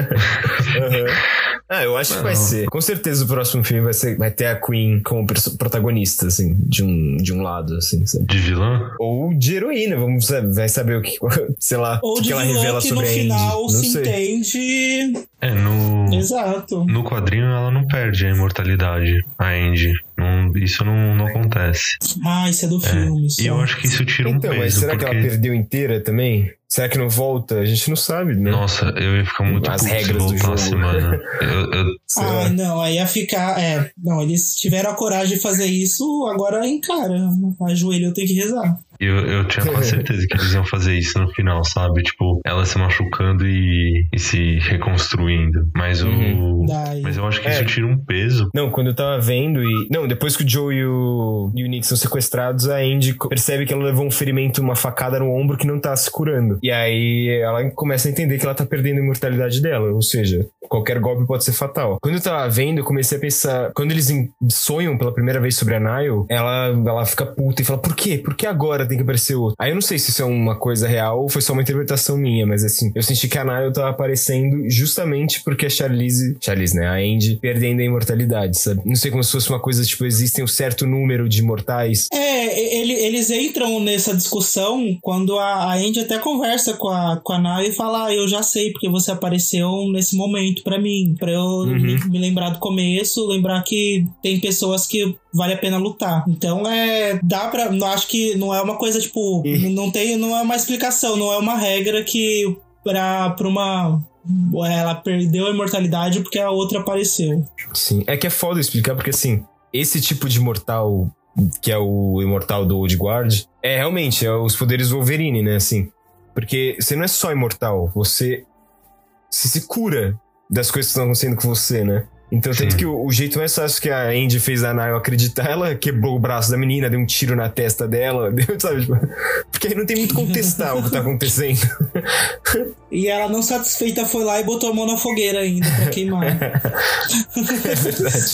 Uhum. Ah, eu acho que vai ser. Com certeza o próximo filme vai, ser, vai ter a Queen como protagonista, assim, de um, de um lado, assim, sabe? De vilã? Ou de heroína, vamos saber, vai saber o que, sei lá, ou o que, que ela revela que sobre a Andy. Ou de vilã que no final se sei. entende... É, no... Exato. No quadrinho ela não perde a imortalidade, a Andy. Não, isso não, não acontece. Ah, isso é do filme. É. E eu acho que isso tira um então, peso. Mas será porque... que ela perdeu inteira também? Será que não volta? A gente não sabe, né? Nossa, eu ia ficar muito As puto regras se voltasse, do jogo. mano. Eu, eu... Ah, não, aí ia ficar... É, não, eles tiveram a coragem de fazer isso, agora encara. Ajoelho, eu tenho que rezar. Eu, eu tinha quase certeza que eles iam fazer isso no final, sabe? Tipo, ela se machucando e, e se reconstruindo. Mas o... Uhum. Mas eu acho que é. isso tira um peso. Não, quando eu tava vendo e... Não, depois que o Joe e o, e o Nick são sequestrados, a Andy percebe que ela levou um ferimento, uma facada no ombro que não tá se curando. E aí ela começa a entender que ela tá perdendo a imortalidade dela. Ou seja, qualquer golpe pode ser fatal. Quando eu tava vendo, eu comecei a pensar... Quando eles sonham pela primeira vez sobre a Nile, ela, ela fica puta e fala, por quê? Por que agora tem que aparecer outro? Aí eu não sei se isso é uma coisa real ou foi só uma interpretação minha, mas assim, eu senti que a Nile tava aparecendo justamente porque a Charlize... Charlize, né? A Andy perdendo a imortalidade, sabe? Não sei, como se fosse uma coisa, tipo, existem um certo número de imortais. É, ele, eles entram nessa discussão quando a, a Andy até conversa com a, com a Nile e fala, ah, eu já sei porque você apareceu nesse momento pra mim, pra eu uhum. me, me lembrar do começo, lembrar que tem pessoas que vale a pena lutar. Então é, dá pra, não acho que não é uma coisa tipo, e... não tem, não é uma explicação, não é uma regra que pra, pra uma... ela perdeu a imortalidade porque a outra apareceu. Sim, é que é foda explicar porque assim, esse tipo de imortal que é o imortal do Old Guard é realmente, é os poderes Wolverine, né, assim, porque você não é só imortal, você se, se cura das coisas que estão acontecendo com você, né? Então, tanto Sim. que o, o jeito mais fácil que a Andy fez a Nile acreditar, ela quebrou o braço da menina, deu um tiro na testa dela, deu, sabe? Tipo, porque aí não tem muito contestar o que tá acontecendo. E ela, não satisfeita, foi lá e botou a mão na fogueira ainda pra queimar. É verdade.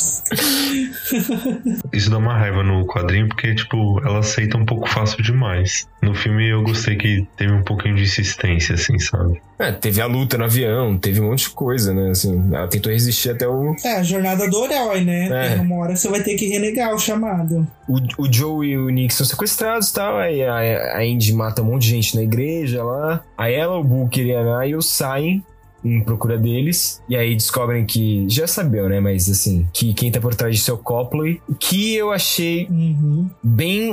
Isso dá uma raiva no quadrinho, porque, tipo, ela aceita um pouco fácil demais. No filme eu gostei que teve um pouquinho de insistência, assim, sabe? É, teve a luta no avião, teve um monte de coisa, né? Assim, ela tentou resistir até o... É, a jornada do herói, né? É. Tem uma hora que você vai ter que renegar o chamado. O, o Joe e o Nick são sequestrados e tal, aí a, a Andy mata um monte de gente na igreja lá, aí ela, o Booker e a Nile saem em procura deles, e aí descobrem que, já sabiam, né, mas assim, que quem tá por trás disso é o Copley, que eu achei uhum. bem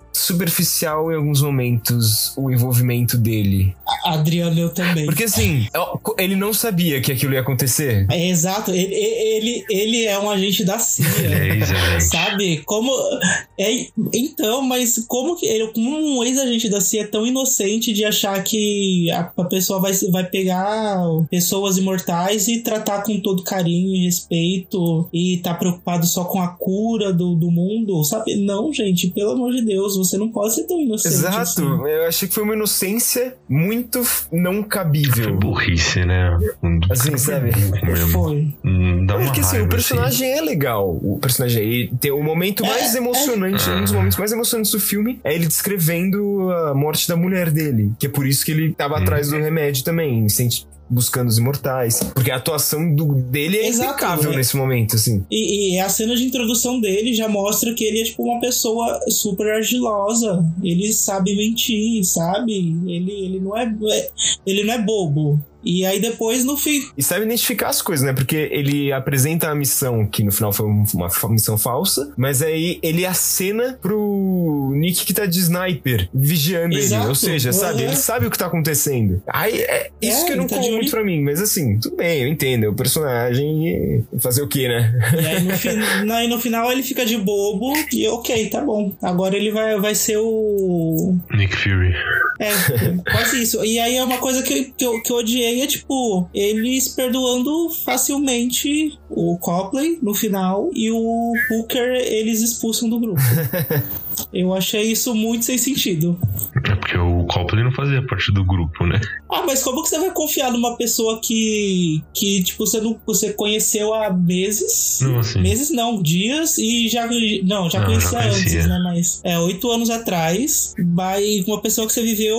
superficial em alguns momentos o envolvimento dele. Adriano, eu também. Porque assim, ele não sabia que aquilo ia acontecer. É, exato, ele, ele, ele é um agente da C I A. É ex-agente. Sabe? Como. É, então, mas como que ele, como um ex-agente da C I A é tão inocente de achar que a, a pessoa vai, vai pegar pessoas imortais e tratar com todo carinho e respeito e tá preocupado só com a cura do, do mundo, sabe? Não, gente, pelo amor de Deus, você não pode ser tão inocente. Exato, assim. Eu achei que foi uma inocência muito não cabível. Foi burrice, né? Assim, sabe? Foi. Dá uma Porque assim, raiva, o personagem assim. é legal. O personagem, ele tem o momento mais É, emocionante, é... um dos momentos mais emocionantes do filme é ele descrevendo a morte da mulher dele, que é por isso que ele tava hum. atrás do remédio também, sente buscando os imortais. Porque a atuação do, dele é Exato, impecável é. nesse momento, assim. E, e a cena de introdução dele já mostra que ele é tipo uma pessoa super argilosa. Ele sabe mentir, sabe? Ele, ele, não, é, ele não é bobo. E aí depois no fim... E sabe identificar as coisas, né? Porque ele apresenta a missão, que no final foi uma missão falsa, mas aí ele acena pro Nick que tá de sniper, vigiando Exato. ele. Ou seja, sabe? É. Ele sabe o que tá acontecendo. Aí é isso É, que eu não tá colou de muito olho. pra mim, mas assim, tudo bem, eu entendo. É o personagem fazer o quê, né? E aí no, fi... aí no final ele fica de bobo e ok, tá bom. Agora ele vai, vai ser o... Nick Fury. É, quase isso. E aí é uma coisa que, que, eu, que eu odiei, é tipo, eles perdoando facilmente o Copley no final e o Booker eles expulsam do grupo. Eu achei isso muito sem sentido. É porque o Copley não fazia parte do grupo, né? Ah, mas como que você vai confiar numa pessoa que, que tipo, você, não, você conheceu há meses? Não, assim. Meses não, dias e já... Não, já Não, conhecia já conhecia. antes, né? Mas é, oito anos atrás, vai uma pessoa que você viveu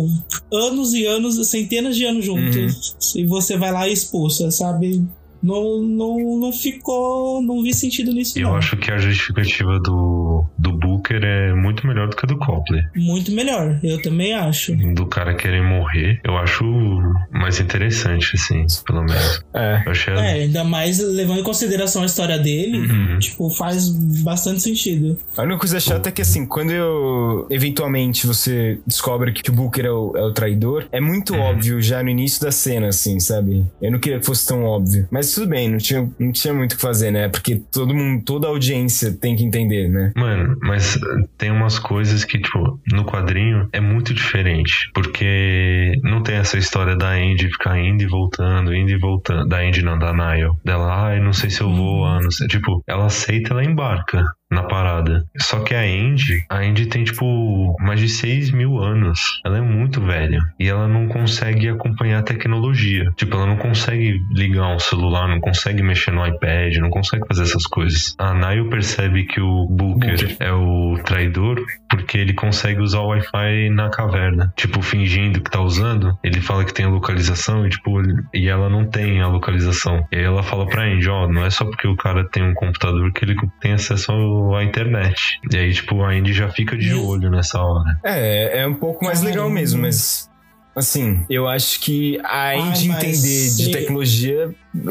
anos e anos, centenas de anos juntos. Uhum. E você vai lá e expulsa, sabe? Não, não, não ficou... Não vi sentido nisso, Eu não. acho que a justificativa do, do Booker é muito melhor do que a do Copley. Muito melhor, eu também acho. Do cara querer morrer, eu acho mais interessante, assim, pelo menos. É. Eu achei... É, ainda mais levando em consideração a história dele, Uhum. tipo, faz bastante sentido. A única coisa chata é que, assim, quando eu, eventualmente você descobre que o Booker é o, é o traidor, é muito Uhum. óbvio já no início da cena, assim, sabe? Eu não queria que fosse tão óbvio. Mas tudo bem, não tinha, não tinha muito o que fazer, né? Porque todo mundo, toda a audiência tem que entender, né? Mano, mas tem umas coisas que, tipo, no quadrinho é muito diferente. Porque não tem essa história da Andy ficar indo e voltando, indo e voltando. Da Andy não, da Nile. Dela, ai, não sei se eu vou, ah, não sei. Tipo, ela aceita, ela embarca na parada. Só que a Andy, a Andy tem, tipo, mais de seis mil anos. Ela é muito velha. E ela não consegue acompanhar a tecnologia. Tipo, ela não consegue ligar um celular, não consegue mexer no iPad, não consegue fazer essas coisas. A Nile percebe que o Booker, Booker. é o traidor porque ele consegue usar o Wi-Fi na caverna. Tipo, fingindo que tá usando. Ele fala que tem a localização e, tipo, ele... e ela não tem a localização. E aí ela fala pra Andy, ó, oh, não é só porque o cara tem um computador que ele tem acesso ao a internet. E aí, tipo, a Andy já fica de olho nessa hora. É, é um pouco mais Caramba. legal mesmo, mas... Assim, eu acho que a Andy Ai, entender de se... tecnologia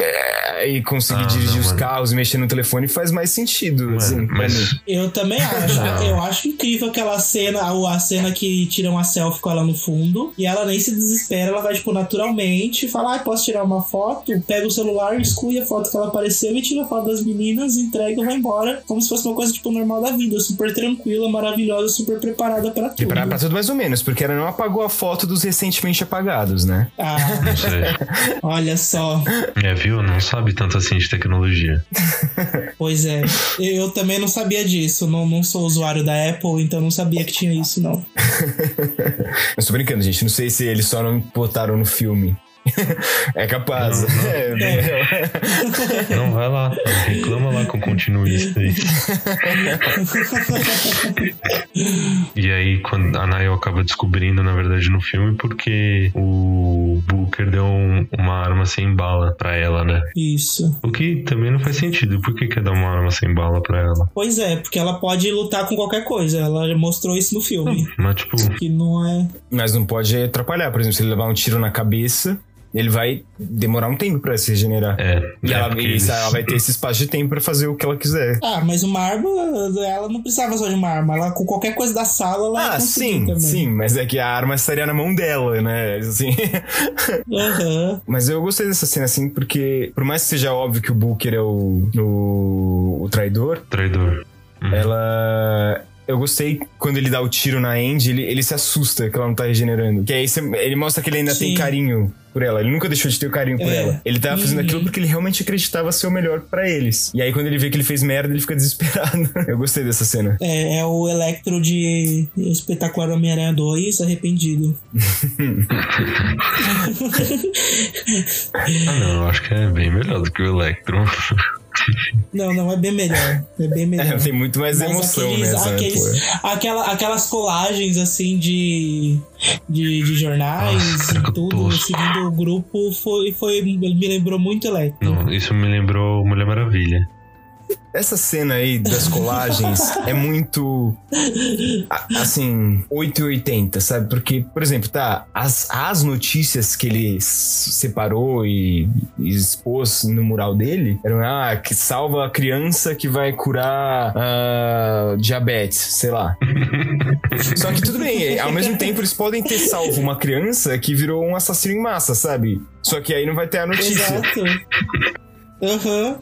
é, e conseguir ah, dirigir não, os mano. carros e mexer no telefone faz mais sentido. Mano, assim, mas... Eu também acho. Não. Eu acho incrível aquela cena, a cena que tiram uma selfie com ela no fundo e ela nem se desespera, ela vai, tipo, naturalmente fala, ah, posso tirar uma foto? Pega o celular, exclui a foto que ela apareceu e tira a foto das meninas, entrega e vai embora, como se fosse uma coisa, tipo, normal da vida, super tranquila, maravilhosa, super preparada pra tudo. Preparada pra tudo mais ou menos, porque ela não apagou a foto dos recentemente apagados, né? Ah, Não sei. olha só. É, viu? Não sabe tanto assim de tecnologia. Pois é. Eu também não sabia disso. Não, não sou usuário da Apple, então não sabia que tinha isso, não. Eu tô brincando, gente. Não sei se eles só não botaram no filme. É capaz. Não, não. É, É. Não, vai lá. Reclama lá com o continuista aí. E aí, quando a Nile acaba descobrindo, na verdade, no filme, porque o Booker deu um, uma arma sem bala pra ela, né? Isso. O que também não faz sentido. Por que quer dar uma arma sem bala pra ela? Pois é, porque ela pode lutar com qualquer coisa. Ela mostrou isso no filme. Mas, tipo... Que não é... Mas não pode atrapalhar. Por exemplo, se ele levar um tiro na cabeça, ele vai demorar um tempo pra se regenerar. É. E, é ela, porque e eles- ela vai ter esse espaço de tempo pra fazer o que ela quiser. Ah, mas uma arma, ela não precisava só de uma arma. Ela, com qualquer coisa da sala, ela Ah, conseguia sim, também. sim, mas é que a arma estaria na mão dela, né? Assim. Aham. Mas eu gostei dessa cena, assim, porque por mais que seja óbvio que o Booker é o, o, o traidor, Traidor. Uhum. ela... Eu gostei quando ele dá o tiro na Andy, ele, ele se assusta que ela não tá regenerando. Que aí você- ele mostra que ele ainda Sim. tem carinho por ela. Ele nunca deixou de ter o carinho por É. ela. Ele tava fazendo Uhum. aquilo porque ele realmente acreditava ser o melhor pra eles. E aí quando ele vê que ele fez merda, ele fica desesperado. Eu gostei dessa cena. É, é o Electro de Espetacular Homem-Aranha dois, arrependido. Ah, não, eu acho que é bem melhor do que o Electro. Não, não, é bem melhor. É bem melhor. É, tem muito mais Mas emoção aqueles, nessa, né, aqueles, pô. aquela, aquelas colagens assim de, de, de jornais Nossa, e que tudo, tosco. seguindo o grupo, foi, foi, me lembrou muito Electro. Não, isso me lembrou Mulher Maravilha. Essa cena aí das colagens é muito, a- assim, oito e oitenta, sabe? Porque, por exemplo, tá, as, as notícias que ele s- separou e, e expôs no mural dele eram, ah, que salva a criança que vai curar ah, diabetes, sei lá. Só que tudo bem, ao mesmo tempo eles podem ter salvo uma criança que virou um assassino em massa, sabe? Só que aí não vai ter a notícia. Exato. Aham.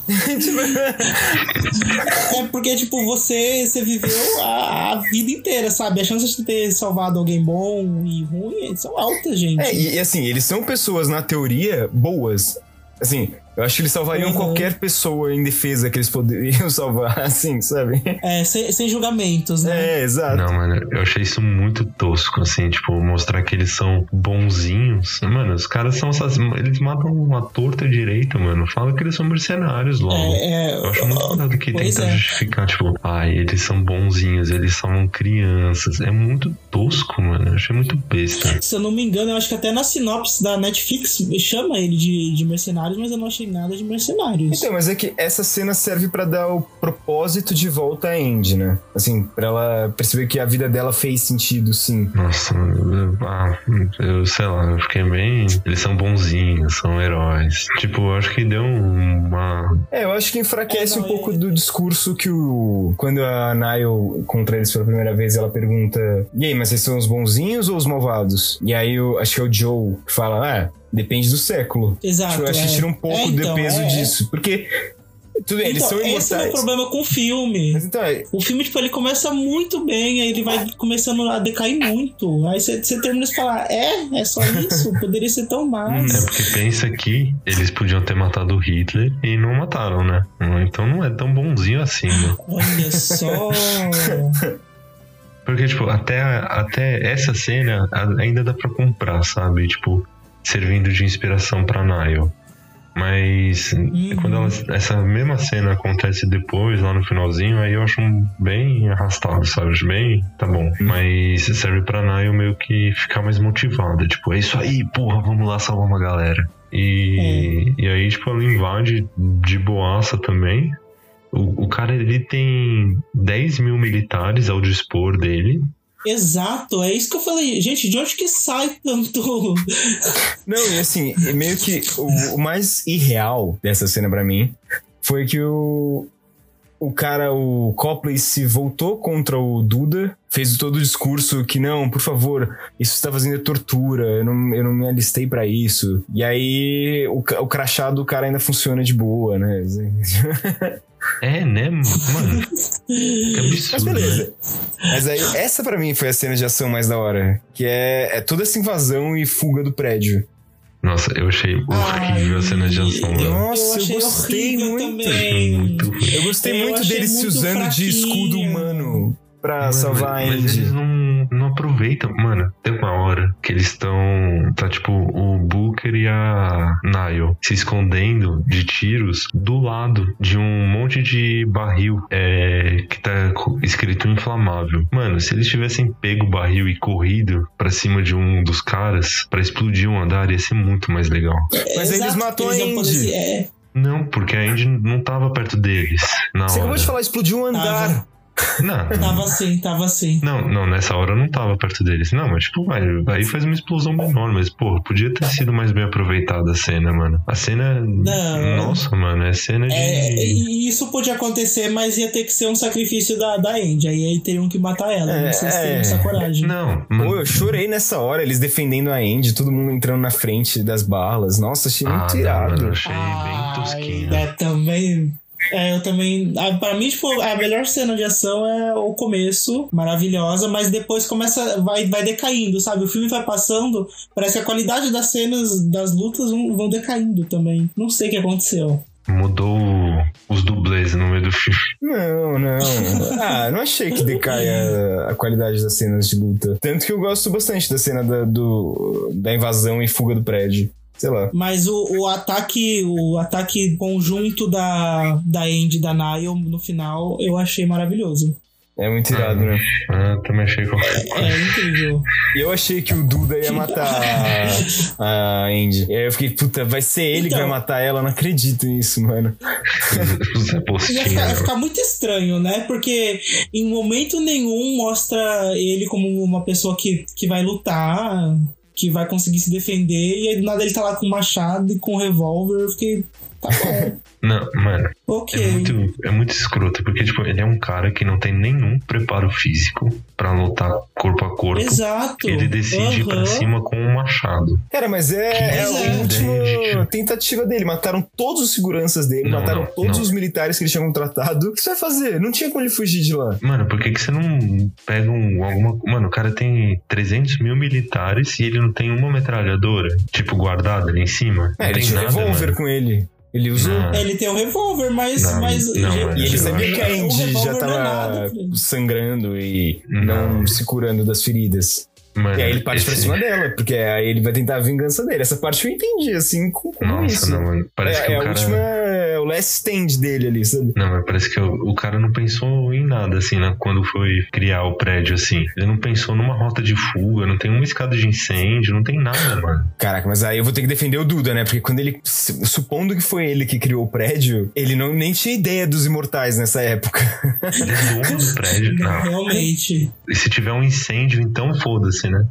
É porque, tipo, você, você viveu a, a vida inteira, sabe? As chances de ter salvado alguém bom e ruim são altas, gente. É, e, e assim, eles são pessoas, na teoria, boas. Assim, eu acho que eles salvariam Uhum. qualquer pessoa em defesa que eles poderiam salvar, assim, sabe? É, sem, sem julgamentos, né? É, exato. Não, mano, eu achei isso muito tosco, assim, tipo, mostrar que eles são bonzinhos. Mano, os caras são assassinos, eles matam uma torta direito, mano. Fala que eles são mercenários logo. É, é, Eu acho muito nada que pois tenta é. justificar, tipo, ai, eles são bonzinhos, eles salvam crianças. É muito tosco, mano. Eu achei muito besta. Se eu não me engano, eu acho que até na sinopse da Netflix chama ele de, de mercenários, mas eu não achei nada de mercenários. Então, mas é que essa cena serve pra dar o propósito de volta a Andy, né? Assim, pra ela perceber que a vida dela fez sentido, sim. Nossa, eu, ah, eu sei lá, eu fiquei bem. Eles são bonzinhos, são heróis. Tipo, eu acho que deu uma. É, eu acho que enfraquece É, não, um pouco é- do discurso que o... Quando a Niall encontra eles pela primeira vez, ela pergunta: e aí, mas vocês são os bonzinhos ou os malvados? E aí, eu, acho que é o Joe que fala: ah, depende do século. Exato. Tipo, eu acho que é. tira um pouco É, então, de peso é, é. disso. Porque, tudo bem, eles Então, são esse é o imortais. meu problema com o filme. Mas então, é, O filme, tipo, ele começa muito bem, aí ele vai começando a decair muito. Aí você você termina de falar, é? É só isso? Poderia ser tão É mais. porque pensa que eles podiam ter matado o Hitler e não mataram, né? Então não é tão bonzinho assim, né? Olha só. Porque, tipo, até, até essa cena a- ainda dá pra comprar, sabe? Tipo, servindo de inspiração pra Niall. Mas Uhum. quando ela- essa mesma cena acontece depois, lá no finalzinho, aí eu acho um bem arrastado, sabe? Acho bem, tá bom. Mas serve pra Niall meio que ficar mais motivada. Tipo, é isso aí, porra, vamos lá salvar uma galera. E, e aí, tipo, ela invade de boaça também. O, o cara, ele tem dez mil militares ao dispor dele. Exato, é isso que eu falei. Gente, de onde que sai tanto? não, e assim, é meio que o, o mais irreal dessa cena pra mim foi que o, o cara, o Copley, se voltou contra o Duda, fez todo o discurso que não, por favor, isso está fazendo tortura, eu não, eu não me alistei pra isso. E aí o, ca- o crachá do cara ainda funciona de boa, né? É, né, mano? Que absurdo. Mas beleza. Né? Mas aí, essa pra mim foi a cena de ação mais da hora. Que é, é toda essa invasão e fuga do prédio. Nossa, eu achei horrível a cena de ação, eu, velho. Nossa, eu achei gostei horrível muito. também. Muito ruim. Eu gostei Eu muito achei deles se muito usando de fraquinho. escudo humano pra Mano, salvar a mas, mas Andy. eles não, não aproveitam. Mano, tem uma hora que eles estão. Tá tipo o Booker e a Niall se escondendo de tiros do lado de um monte de barril é, que tá co- escrito inflamável. Mano, se eles tivessem pego o barril e corrido pra cima de um dos caras pra explodir um andar, ia ser muito mais legal. Mas Exato, eles matam a iam poder Andy. se- é, Não, porque a Andy não tava perto deles na Você hora. acabou de falar, explodiu um andar. Tava. Não. Tava assim, tava assim. Não, não, nessa hora eu não tava perto deles. Não, mas tipo, velho, aí faz uma explosão menor, mas, pô, podia ter sido mais bem aproveitada a cena, mano. A cena. Não. Nossa, mano, é cena de. É, e isso podia acontecer, mas ia ter que ser um sacrifício da, da Andy. Aí, aí teriam que matar ela. É, não sei se é. teriam essa coragem. Não, mano. Pô, eu chorei nessa hora, eles defendendo a Andy, todo mundo entrando na frente das balas. Nossa, achei Ah, muito não, irado. mano, eu achei Ai, bem tosquinho. É, também. É, eu também. ah, Pra mim, tipo, a melhor cena de ação é o começo, maravilhosa, mas depois começa. Vai, vai decaindo, sabe? O filme vai passando, parece que a qualidade das cenas, das lutas vão, vão decaindo também. Não sei o que aconteceu. Mudou os dublês no meio do filme. Não, não. Ah, não achei que decaia a qualidade das cenas de luta. Tanto que eu gosto bastante da cena da, do, da invasão e fuga do prédio. Sei lá. Mas o, o ataque o ataque conjunto da, da Andy e da Niall no final eu achei maravilhoso. É muito irado, né? Ah, também achei qualquer coisa. É incrível. E eu achei que o Duda ia matar a, a Andy. E aí eu fiquei, puta, vai ser ele Então. que vai matar ela? Eu não acredito nisso, mano. Zé Postinha, Ia ficar, ia né? ficar muito estranho, né? Porque em momento nenhum mostra ele como uma pessoa que, que vai lutar, que vai conseguir se defender, e aí do nada ele tá lá com machado e com revólver. Eu fiquei, tá bom. Não, mano. Ok. É muito, é muito escroto, porque, tipo, ele é um cara que não tem nenhum preparo físico pra lutar corpo a corpo. Exato. Ele decide ir pra Aham. cima com um machado. Cara, mas é, é Pois a é. última Gente. tentativa dele. Mataram todos os seguranças dele, Não, mataram não, todos não. os militares que ele tinha contratado. O que você vai fazer? Não tinha como ele fugir de lá. Mano, por que, que você não pega um, alguma... Mano, o cara tem trezentos mil militares e ele não tem uma metralhadora, tipo, guardada ali em cima. É, não ele tem tinha um nada, revólver mano. com ele. Ele usou. Não. Ele tem um revólver, mas. Não, mas não, gente, mano, E ele eu sabia acho. que a o Andy revólver já não é tava nada, Fred. sangrando e não. Não. se curando das feridas. Mano, E aí ele parte pra esse- cima dela, porque aí ele vai tentar a vingança dele. Essa parte eu entendi, assim, com, com Nossa, isso. não, mano. Parece é que é o a cara... última, é o last stand dele ali, sabe? Não, mas parece que o, o cara não pensou em nada, assim, né? Quando foi criar o prédio, assim. Ele não pensou numa rota de fuga, não tem uma escada de incêndio, não tem nada, mano. Caraca, mas aí eu vou ter que defender o Duda, né? Porque quando ele, supondo que foi ele que criou o prédio, ele não nem tinha ideia dos imortais nessa época. Ele é dono do prédio, não. Realmente. E se tiver um incêndio, então foda-se, né?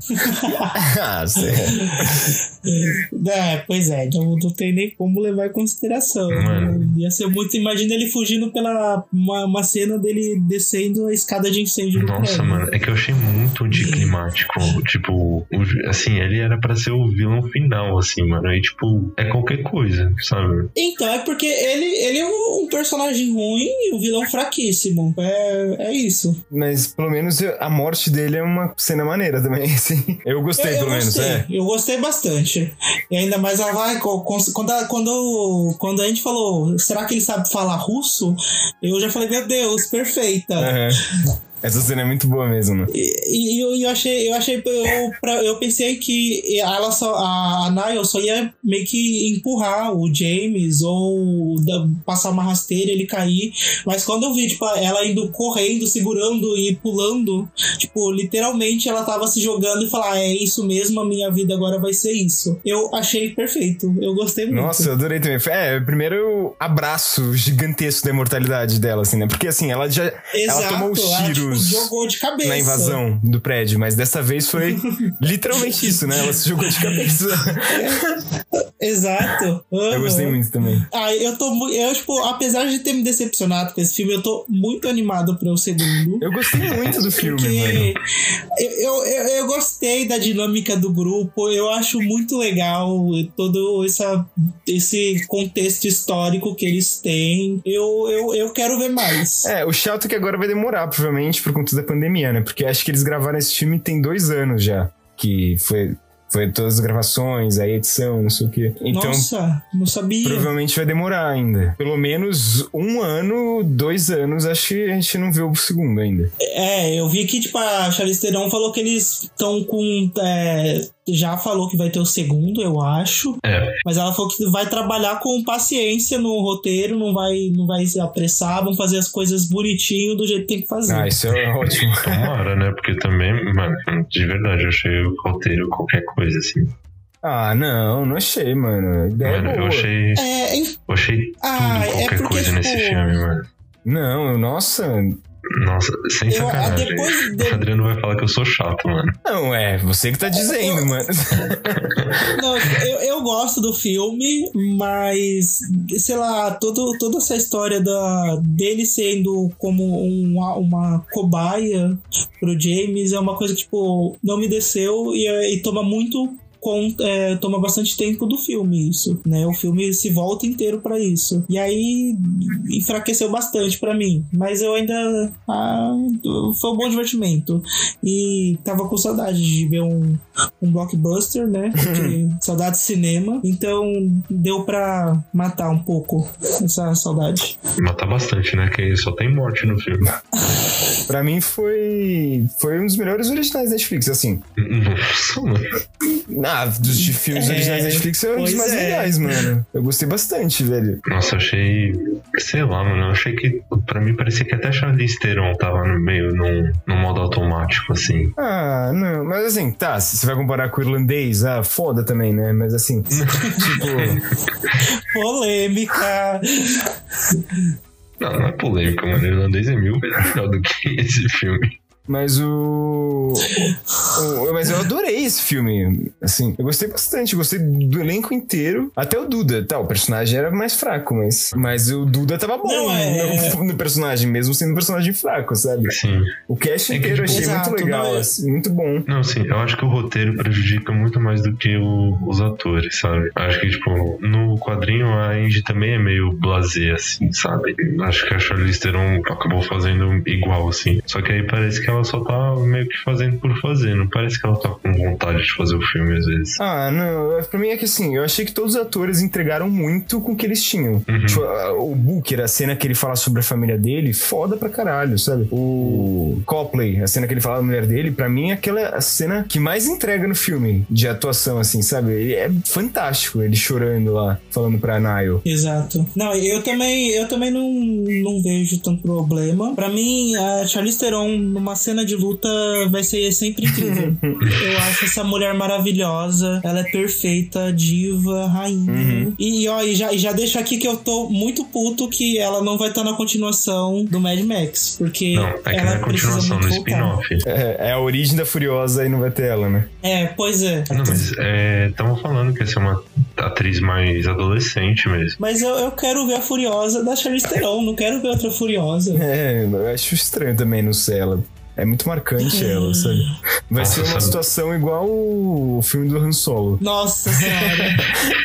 Ah, sério. É, pois é, não, não tem nem como levar em consideração. Mano. Ia ser muito. Imagina ele fugindo pela. Uma, uma cena dele descendo a escada de incêndio do Nossa, prédio. mano, é que eu achei muito anticlimático. Tipo, o- assim, ele era pra ser o vilão final, assim, mano. Aí, tipo, é qualquer coisa, sabe? Então, é porque ele, ele é um, um personagem ruim e um vilão fraquíssimo. É, é isso. Mas pelo menos eu- a morte dele é uma cena maneira também, assim. Eu gostei, eu, eu pelo menos, gostei, é. eu gostei bastante. E ainda mais ela vai. Quando a, quando, quando a gente falou, será que ele sabe falar russo? Eu já falei, meu Deus, perfeita. Aham. Essa cena é muito boa mesmo, né? E, e eu, eu achei, eu achei, eu, pra- eu pensei que ela só, a, a Niall só ia meio que empurrar o James ou da- passar uma rasteira e ele cair. Mas quando eu vi, tipo, ela indo correndo, segurando e pulando, tipo, literalmente ela tava se jogando e falar, ah, é isso mesmo, a minha vida agora vai ser isso. Eu achei perfeito, eu gostei muito. Nossa, eu adorei também. É, primeiro abraço gigantesco da imortalidade dela, assim, né? Porque assim, ela já Exato, ela tomou os ela, tiros tipo, jogou de cabeça. na invasão do prédio, mas dessa vez foi literalmente isso, né? Ela se jogou de cabeça. Exato. Eu Aham. gostei muito também. Ah, eu tô muito. Eu, tipo, apesar de ter me decepcionado com esse filme, eu tô muito animado para o segundo. Eu gostei muito do filme, Porque mano. eu, eu, eu, eu gostei da dinâmica do grupo, eu acho muito legal todo essa, esse contexto histórico que eles têm. Eu, eu, eu quero ver mais. É, o chato é que agora vai demorar, provavelmente, por conta da pandemia, né? Porque acho que eles gravaram esse filme tem dois anos já. Que foi, foi todas as gravações, a edição, não sei o quê. Então, Nossa, não sabia. provavelmente vai demorar ainda. Pelo menos um ano, dois anos, acho que a gente não vê o segundo ainda. É, eu vi que, tipo, a Charlize Theron falou que eles estão com... É, já falou que vai ter o segundo, eu acho. É. Mas ela falou que vai trabalhar com paciência no roteiro, não vai, não vai se apressar, vão fazer as coisas bonitinho do jeito que tem que fazer. Ah, isso é ótimo. Tomara, né? Porque também, mano, de verdade, eu achei o roteiro qualquer coisa, assim. Ah, não, não achei, mano. A ideia Mano, é eu boa. achei. É, em- Eu achei Ah, tudo é qualquer porque, coisa tipo, nesse filme, mano. Não, nossa... Nossa, sem Eu, sacanagem. depois de- O Adriano vai falar que eu sou chato, mano. Não, é, você que tá dizendo, mano. Não, eu, eu gosto do filme, mas, sei lá, todo, toda essa história da, dele sendo como uma, uma cobaia pro James é uma coisa que, tipo, não me desceu e, e toma muito... Com, é, toma bastante tempo do filme isso, né? O filme se volta inteiro pra isso. E aí enfraqueceu bastante pra mim. Mas eu ainda... Ah, foi um bom divertimento. E tava com saudade de ver um, um blockbuster, né? Porque saudade de cinema. Então deu pra matar um pouco essa saudade. Mata bastante, né? Que só tem morte no filme. Pra mim foi foi um dos melhores originais da Netflix, assim. Nossa, mano. Ah, dos de filmes É, originais da Netflix é um dos pois mais é. legais, mano. Eu gostei bastante, velho. Nossa, eu achei... Sei lá, mano. Eu achei que... Pra mim parecia que até Charlize Theron tava no meio num, num modo automático, assim. Ah, não, mas assim, tá, se você vai comparar com o irlandês, ah, foda também, né? Mas assim, tipo... Polêmica! Não, não é polêmica, mano. O irlandês é mil vezes melhor do que esse filme. Mas o... o... Mas eu adorei esse filme. Assim, eu gostei bastante. Eu gostei do elenco inteiro. Até o Duda. Tá, o personagem era mais fraco, mas... Mas o Duda tava bom Não, é- no, no personagem, mesmo sendo um personagem fraco, sabe? Sim. O cast É que, inteiro eu tipo, achei exato, muito legal, não é- assim, muito bom. Não, sim, eu acho que o roteiro prejudica muito mais do que o- os atores, sabe? Acho que, tipo, no quadrinho a Angie também é meio blasé, assim, sabe? Acho que a Charlize Theron acabou fazendo igual, assim. Só que aí parece que ela só tá meio que fazendo por fazer. Não parece que ela tá com vontade de fazer o filme, às vezes. Ah, não, pra mim é que assim, eu achei que todos os atores entregaram muito com o que eles tinham. Uhum. Tipo, a- o Booker, a cena que ele fala sobre a família dele, foda pra caralho, sabe? O Copley, a cena que ele fala da mulher dele, pra mim é aquela cena que mais entrega no filme, de atuação, assim, sabe? Ele é fantástico, ele chorando lá, falando pra Niall. Exato. Não, eu também, eu também não, não vejo tanto problema. Pra mim, a Charlize Theron numa cena de luta vai ser sempre incrível. Eu acho essa mulher maravilhosa. Ela é perfeita, diva, rainha. Uhum. E, ó, e já, e já deixo aqui que eu tô muito puto que ela não vai estar na continuação do Mad Max. Porque Não, é que ela na precisa continuação, muito no voltar. spin-off. É, é a origem da Furiosa e não vai ter ela, né? É, pois é. Não, mas estavam falando que ia ser uma atriz mais adolescente mesmo. Mas eu, eu quero ver a Furiosa da Charlize Theron. Não quero ver outra Furiosa. É, eu acho estranho também não ser ela. É muito marcante ela, sabe? Vai Nossa, ser uma sabe? situação igual o filme do Han Solo. Nossa senhora.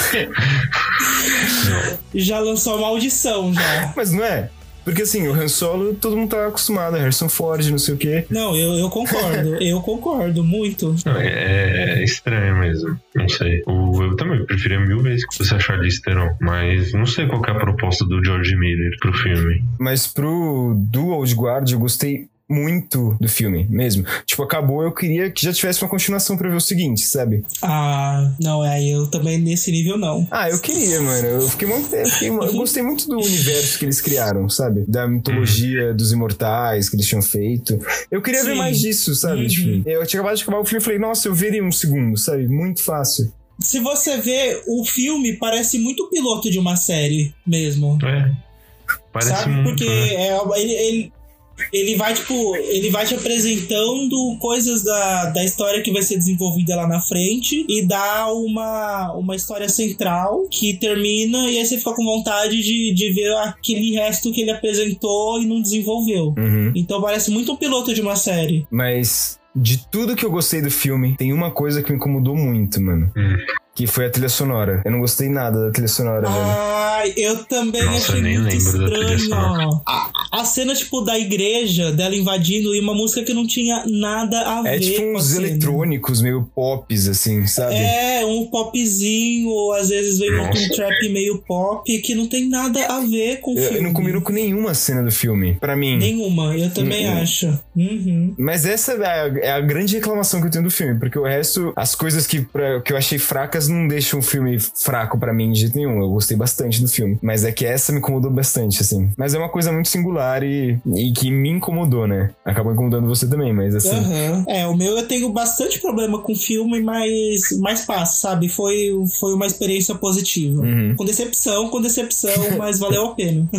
Já lançou a maldição, já. Mas não é? Porque assim, o Han Solo, todo mundo tá acostumado, Harrison Ford, não sei o quê. Não, eu, eu concordo. Eu concordo muito. Não, é, é estranho mesmo. Não sei. O, eu também preferia mil vezes que fosse a Charlize Theron. Mas não sei qual que é a proposta do George Miller pro filme. Mas pro do Old Guard eu gostei muito do filme, mesmo. Tipo, acabou, eu queria que já tivesse uma continuação pra ver o seguinte, sabe? Ah, não, é, eu também nesse nível não. Ah, eu queria, mano. Eu fiquei muito. Eu, fiquei- eu gostei muito do universo que eles criaram, sabe? Da mitologia dos imortais que eles tinham feito. Eu queria ver Sim. mais disso, sabe? Uhum. Tipo, eu tinha acabado de acabar o filme e falei, nossa, eu veria um segundo, sabe? Muito fácil. Se você vê, o filme parece muito o piloto de uma série mesmo. É. Parece Sabe? muito. Porque né? é, ele, ele, ele vai, tipo, ele vai te apresentando coisas da, da história que vai ser desenvolvida lá na frente e dá uma, uma história central que termina e aí você fica com vontade de, de ver aquele resto que ele apresentou e não desenvolveu. Uhum. Então parece muito um piloto de uma série. Mas de tudo que eu gostei do filme, tem uma coisa que me incomodou muito, mano. Hum. Que foi a trilha sonora. Eu não gostei nada da trilha sonora, velho. Ai, eu também Nossa, achei eu nem muito lembro da trilha estranho. sonora. A, a cena, tipo, da igreja, dela invadindo e uma música que não tinha nada a É ver tipo com a uns cena. eletrônicos meio pops, assim, sabe? É, um popzinho, ou às vezes vem Nossa. um trap meio pop, que não tem nada a ver com o Eu, filme. eu não combinou com nenhuma cena do filme, pra mim. Nenhuma, eu também Uhum. acho. Uhum. Mas essa é a, é a grande reclamação que eu tenho do filme, porque o resto, as coisas que, pra, que eu achei fracas não deixam o filme fraco pra mim de jeito nenhum. Eu gostei bastante do filme. Mas é que essa me incomodou bastante, assim. Mas é uma coisa muito singular. particular e, e que me incomodou, né? Acabou incomodando você também, mas assim... Uhum. É, o meu eu tenho bastante problema com filme, mas, mas passa, sabe? Foi, foi uma experiência positiva. Uhum. Com decepção, com decepção, mas valeu a pena.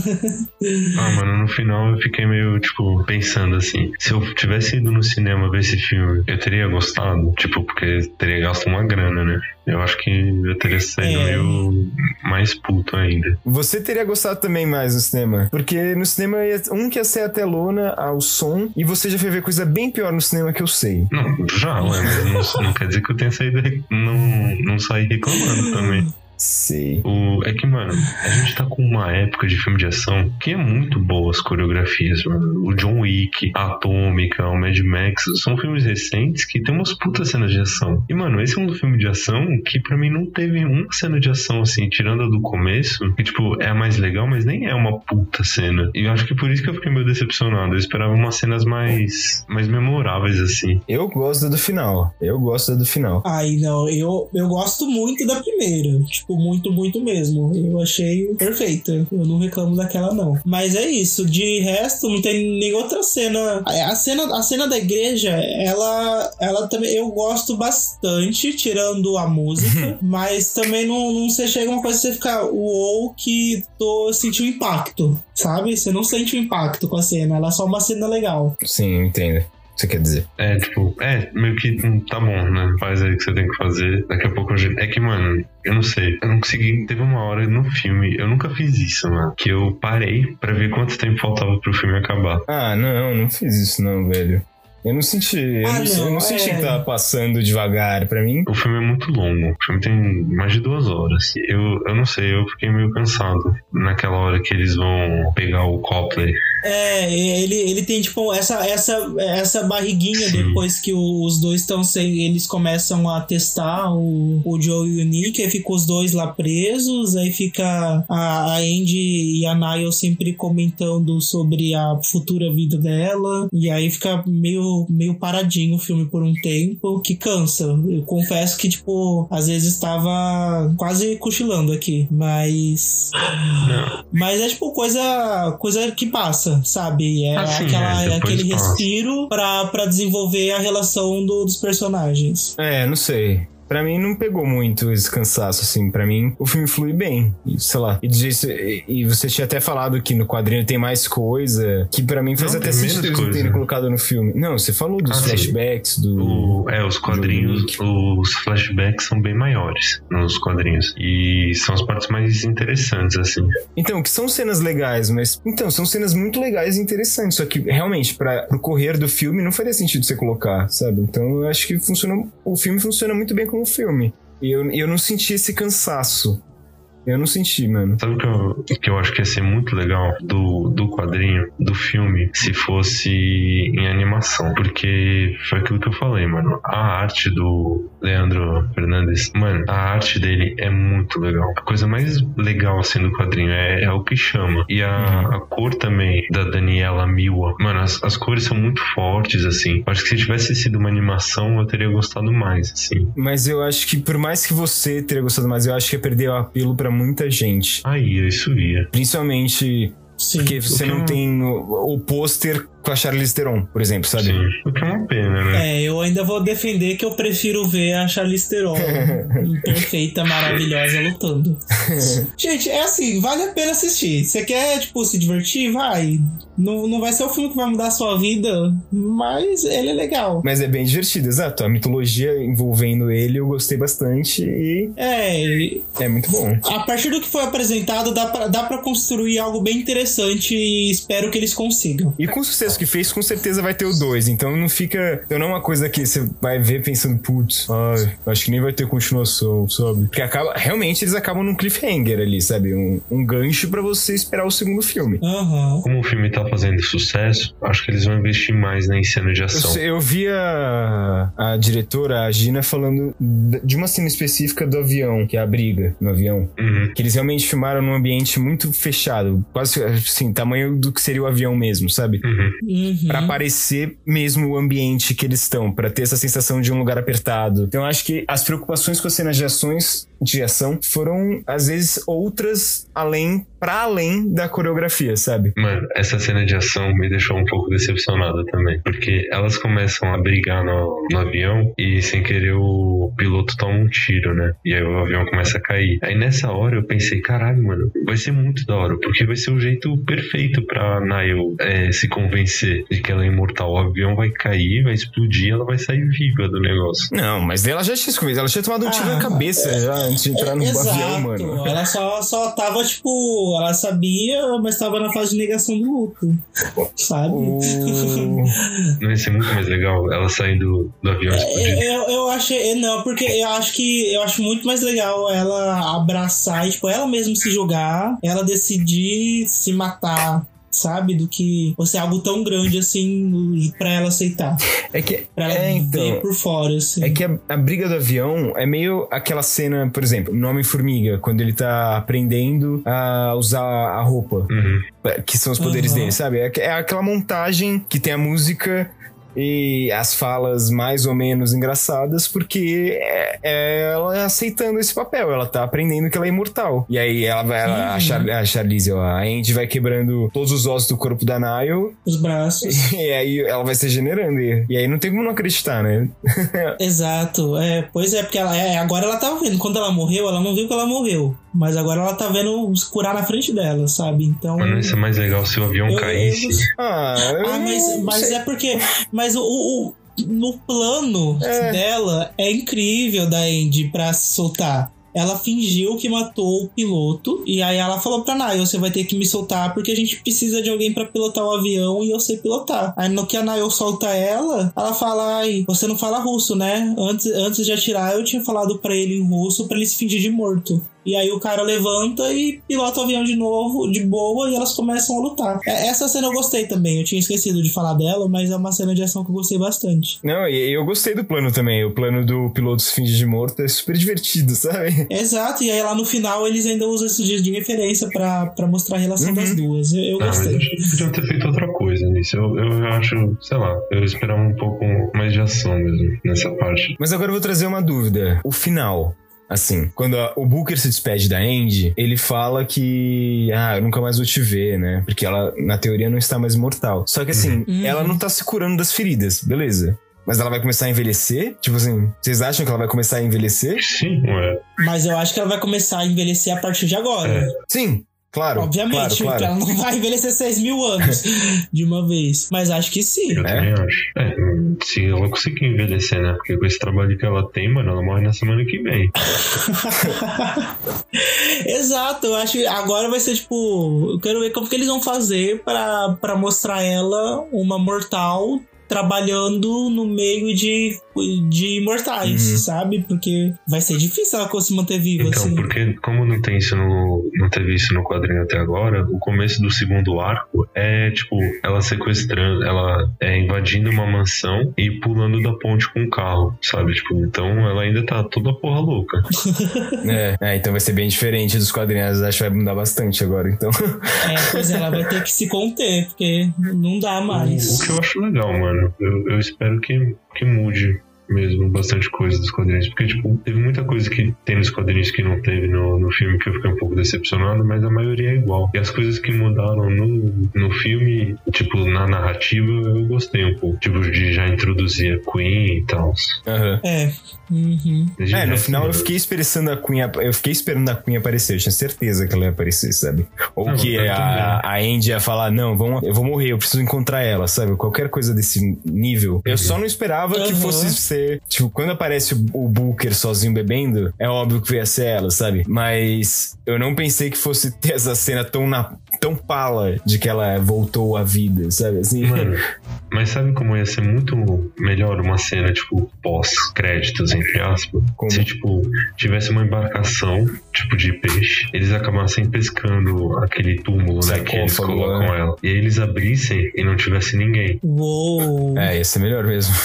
Ah, mano, no final eu fiquei meio, tipo, pensando assim, se eu tivesse ido no cinema ver esse filme, eu teria gostado? Tipo, porque teria gasto uma grana, né? Eu acho que eu teria saído É. meio mais puto ainda. Você teria gostado também mais no cinema. Porque no cinema, ia, um que ia ser a telona, ao som, e você já foi ver coisa bem pior no cinema que eu sei. Não, já, ué, mas não, não quer dizer que eu tenha saído, re- não, não saí reclamando também. Sei. O, é que, mano, a gente tá com uma época de filme de ação que é muito boa as coreografias, mano. O John Wick, a Atômica, o Mad Max, são filmes recentes que tem umas putas cenas de ação. E, mano, esse é um filme de ação que pra mim não teve uma cena de ação, assim, tirando a do começo, que, tipo, é a mais legal, mas nem é uma puta cena. E eu acho que por isso que eu fiquei meio decepcionado. Eu esperava umas cenas mais, mais memoráveis, assim. Eu gosto da do final. Eu gosto da do final. Ai, não, eu, eu gosto muito da primeira. Tipo, muito, muito mesmo. Eu achei perfeita. Eu não reclamo daquela, não. Mas é isso. De resto, não tem nem outra cena. A cena, a cena da igreja, ela, ela também eu gosto bastante, tirando a música. Mas também não, não você chega uma coisa que você fica uou, que tô sentindo impacto, sabe? Você não sente o impacto com a cena. Ela é só uma cena legal. Sim, eu entendo. Você quer dizer? É, tipo, é, meio que hum, tá bom, né? Faz aí o que você tem que fazer. Daqui a pouco eu... É que, mano, eu não sei. Eu não consegui. Teve uma hora no filme, eu nunca fiz isso, mano. Que eu parei pra ver quanto tempo faltava pro filme acabar. Ah, não, não fiz isso não, velho. Eu não senti, eu Ah, não, não, eu não senti é. que tava passando devagar pra mim. O filme é muito longo. O filme tem mais de duas horas. Eu, eu não sei, eu fiquei meio cansado naquela hora que eles vão pegar o Copley. É, ele, ele tem, tipo, essa, essa, essa barriguinha. Sim. Depois que os dois estão sem. Eles começam a testar o, o Joe e o Nick. Aí fica os dois lá presos. Aí fica a, a Andy e a Niall sempre comentando sobre a futura vida dela. E aí fica meio, meio paradinho o filme por um tempo. Que cansa. Eu confesso que, tipo, às vezes estava quase cochilando aqui. Mas. Não. Mas é, tipo, coisa, coisa que passa. Sabe? É, Assim, aquela, é, depois aquele passa. respiro pra, pra desenvolver a relação do, dos personagens. É, não sei. Pra mim não pegou muito esse cansaço, assim. Pra mim, o filme flui bem. E, sei lá. E, diz- e, e você tinha até falado que no quadrinho tem mais coisa. Que pra mim faz Não, até tem sentido menos eles não coisa. terem colocado no filme. Não, você falou dos Ah, sim. flashbacks, do... O, é, os quadrinhos, os flashbacks são bem maiores nos quadrinhos. E são as partes mais interessantes, assim. Então, que são cenas legais, mas... Então, são cenas muito legais e interessantes. Só que, realmente, para pro correr do filme, não faria sentido você colocar, sabe? Então, eu acho que funciona... O filme funciona muito bem como filme. E eu, eu não senti esse cansaço. Eu não senti, mano. Sabe o que eu, que eu acho que ia ser muito legal do, do quadrinho, do filme, se fosse em animação? Porque foi aquilo que eu falei, mano. A arte do Leandro Fernandes, mano, a arte dele é muito legal. A coisa mais legal, assim, do quadrinho é, é o que chama. E a, a cor também da Daniela Miwa. Mano, as, as cores são muito fortes, assim. Eu acho que se tivesse sido uma animação, eu teria gostado mais, assim. Mas eu acho que, por mais que você teria gostado mais, eu acho que ia perder o apelo pra muita gente. Aí, isso ia. Principalmente Sim. porque você que não eu- tem o, o pôster com a Charlize Theron, por exemplo, sabe? Sim. O que é uma pena, né? É, eu ainda vou defender que eu prefiro ver a Charlize Theron perfeita, maravilhosa, lutando. Gente, é assim, vale a pena assistir. Você quer, tipo, se divertir? Vai. Não, não vai ser o filme que vai mudar a sua vida, mas ele é legal. Mas é bem divertido, exato. A mitologia envolvendo ele eu gostei bastante e É, e é muito bom. a partir do que foi apresentado, dá pra, dá pra construir algo bem interessante e espero que eles consigam. E com o sucesso que fez, com certeza vai ter o dois. Então não fica... Então não é uma coisa que você vai ver pensando, putz, ai, acho que nem vai ter continuação, sabe? Porque acaba... Realmente eles acabam num cliffhanger ali, sabe? Um, um gancho pra você esperar o segundo filme. Aham. Como o filme tá fazendo sucesso, acho que eles vão investir mais na cena de Eu, ação. sei- eu vi a, a diretora, a Gina, falando de uma cena específica do avião, que é a briga no avião. Uhum. Que eles realmente filmaram num ambiente muito fechado. Quase, assim, tamanho do que seria o avião mesmo, sabe? Uhum. Uhum. Pra parecer mesmo o ambiente que eles estão, pra ter essa sensação de um lugar apertado. Então eu acho que as preocupações com as cenas de ações de ação foram, às vezes, outras além, pra além da coreografia, sabe? Mano, essa cena de ação me deixou um pouco decepcionada também. Porque elas começam a brigar no, no avião e, sem querer, o piloto toma um tiro, né? E aí o avião começa a cair. Aí nessa hora eu pensei, caralho, mano, vai ser muito da hora, porque vai ser o jeito perfeito pra Nile é, se convencer de que ela é imortal. O avião vai cair, vai explodir, ela vai sair viva do negócio. Não, mas ela já tinha se convencido, ela tinha tomado um ah, tiro na cabeça é, já antes de entrar no exato. avião, mano. Ela só, só tava, tipo, ela sabia, mas tava na fase de negação do luto, sabe? O... Não ia ser muito mais legal ela saindo do avião explodindo? Eu, eu achei, não, porque eu acho que eu acho muito mais legal ela abraçar e, tipo, ela mesma se jogar, ela decidir se matar, sabe? Do que você é algo tão grande assim pra ela aceitar. É que pra ela é, então, ver por fora, assim. É que a, a briga do avião é meio aquela cena, por exemplo, no Homem-Formiga, quando ele tá aprendendo a usar a roupa, uhum. que são os poderes uhum. dele, sabe? É, é aquela montagem que tem a música e as falas mais ou menos engraçadas, porque é, é ela aceitando esse papel, ela tá aprendendo que ela é imortal. E aí ela vai, ela, a, Char, a Charlize, a Andy vai quebrando todos os ossos do corpo da Nile, os braços. E aí ela vai se regenerando. E, e aí não tem como não acreditar, né? Exato, é, pois é, porque ela, é, agora ela tá vendo, quando ela morreu, ela não viu que ela morreu, mas agora ela tá vendo se curar na frente dela, sabe? Então... Mano, isso é mais legal se o avião eu, caísse. Eu, eu... Ah, eu ah, mas, mas é porque... Mas o, o, no plano é. dela é incrível da Andy pra se soltar. Ela fingiu que matou o piloto e aí ela falou pra Nile, você vai ter que me soltar porque a gente precisa de alguém pra pilotar o avião e eu sei pilotar. Aí no que a Nile solta ela, ela fala, ai, você não fala russo, né? Antes, antes de atirar eu tinha falado pra ele em russo pra ele se fingir de morto. E aí o cara levanta e pilota o avião de novo, de boa, e elas começam a lutar. Essa cena eu gostei também, eu tinha esquecido de falar dela, mas é uma cena de ação que eu gostei bastante. Não, e eu gostei do plano também, o plano do piloto se fingir de morto é super divertido, sabe? Exato, e aí lá no final eles ainda usam esses dias de referência pra, pra mostrar a relação uhum. das duas. Eu, eu ah, gostei. Mas eles podiam ter feito outra coisa nisso, eu, eu acho, sei lá, eu esperava um pouco mais de ação mesmo nessa parte. Mas agora eu vou trazer uma dúvida, o final... Assim, quando a, o Booker se despede da Andy, ele fala que, ah, eu nunca mais vou te ver, né? Porque ela, na teoria, não está mais mortal. Só que assim, uhum. ela não tá se curando das feridas, beleza. Mas ela vai começar a envelhecer? Tipo assim, vocês acham que ela vai começar a envelhecer? Sim, ué. Mas eu acho que ela vai começar a envelhecer a partir de agora. É. Sim. Claro, obviamente, claro, claro. Ela não vai envelhecer seis mil anos de uma vez. Mas acho que sim. Eu é? também acho. É, se ela conseguir envelhecer, né? Porque com esse trabalho que ela tem, mano, ela morre na semana que vem. Exato, eu acho que agora vai ser tipo... Eu quero ver como que eles vão fazer pra, pra mostrar ela uma mortal trabalhando no meio de, de imortais, uhum. sabe? Porque vai ser difícil ela se manter viva, então, assim. Porque como não tem isso no, não teve isso no quadrinho até agora, o começo do segundo arco é, tipo, ela sequestrando, ela é invadindo uma mansão e pulando da ponte com um carro, sabe? Tipo, então ela ainda tá toda porra louca. é, é, então vai ser bem diferente dos quadrinhos, acho que vai mudar bastante agora, então. É, pois é, ela vai ter que se conter, porque não dá mais. O, o que eu acho legal, mano. Eu, eu espero que, que mude mesmo bastante coisa dos quadrinhos, porque tipo, teve muita coisa que tem nos quadrinhos que não teve no, no filme, que eu fiquei um pouco decepcionado, mas a maioria é igual. E as coisas que mudaram no, no filme, tipo, na narrativa, eu gostei um pouco, tipo, de já introduzir a Queen e tal. Uhum. É. Uhum. É, no final eu fiquei esperando a Queen, eu fiquei esperando a Queen aparecer, eu tinha certeza que ela ia aparecer, sabe? Ou não, que a, a Andy ia falar, não, vamos, eu vou morrer, eu preciso encontrar ela, sabe? Qualquer coisa desse nível. Eu uhum. só não esperava uhum. que fosse ser, tipo, quando aparece o, o Booker sozinho bebendo, é óbvio que ia ser ela, sabe? Mas eu não pensei que fosse ter essa cena tão, na, tão pala de que ela voltou à vida, sabe? Assim. Mano, mas sabe como ia ser muito melhor uma cena, tipo, pós-créditos, entre aspas? Como? Se, tipo, tivesse uma embarcação, tipo, de peixe, eles acabassem pescando aquele túmulo, né, que eles colocam ela. E aí eles abrissem e não tivesse ninguém. Uou! É, ia ser melhor mesmo.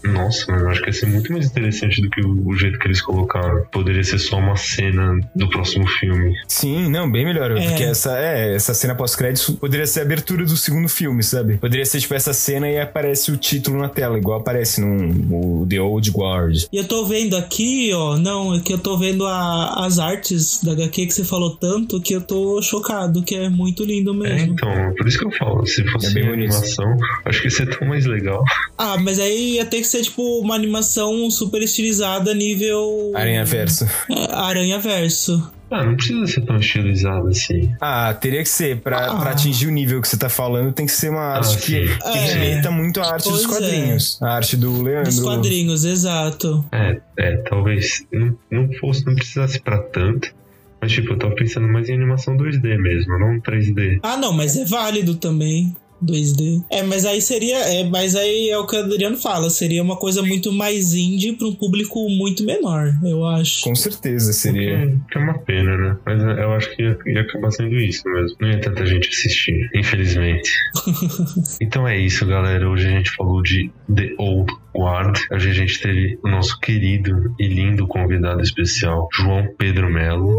Nossa, mano, eu acho que ia ser muito mais interessante do que o, o jeito que eles colocaram. Poderia ser só uma cena do próximo filme. Sim, não, bem melhor. É. Porque essa, é, essa cena pós-créditos poderia ser a abertura do segundo filme, sabe? Poderia ser tipo essa cena e aparece o título na tela, igual aparece no The Old Guard. E eu tô vendo aqui, ó, não, é que eu tô vendo a, as artes da H Q que você falou tanto que eu tô chocado, que é muito lindo É, mesmo. então, por isso que eu falo, se fosse É bem uma bonito. animação, acho que ia ser tão mais legal. Ah, mas aí ia ter que ser, tipo, uma animação super estilizada, nível... Aranha-verso. É, Aranha-verso. Ah, não precisa ser tão estilizado assim. Ah, teria que ser. Pra, Ah. pra atingir o nível que você tá falando, tem que ser uma arte Ah, que, sim. que É. remeta muito à arte dos Pois é. quadrinhos. A arte do Leandro. Dos quadrinhos, exato. É, é, talvez não, não fosse, não precisasse pra tanto. Mas tipo, eu tava pensando mais em animação dois D mesmo, não três D. Ah, não, mas é válido também. dois D. É, mas aí seria. É, mas aí é o que o Adriano fala. Seria uma coisa muito mais indie pra um público muito menor, eu acho. Com certeza seria. Que, que é uma pena, né? Mas eu acho que ia, ia acabar sendo isso mesmo. Não ia tanta gente assistir, infelizmente. Então é isso, galera. Hoje a gente falou de The Old Guard. Hoje a gente teve o nosso querido e lindo convidado especial, João Pedro Melo.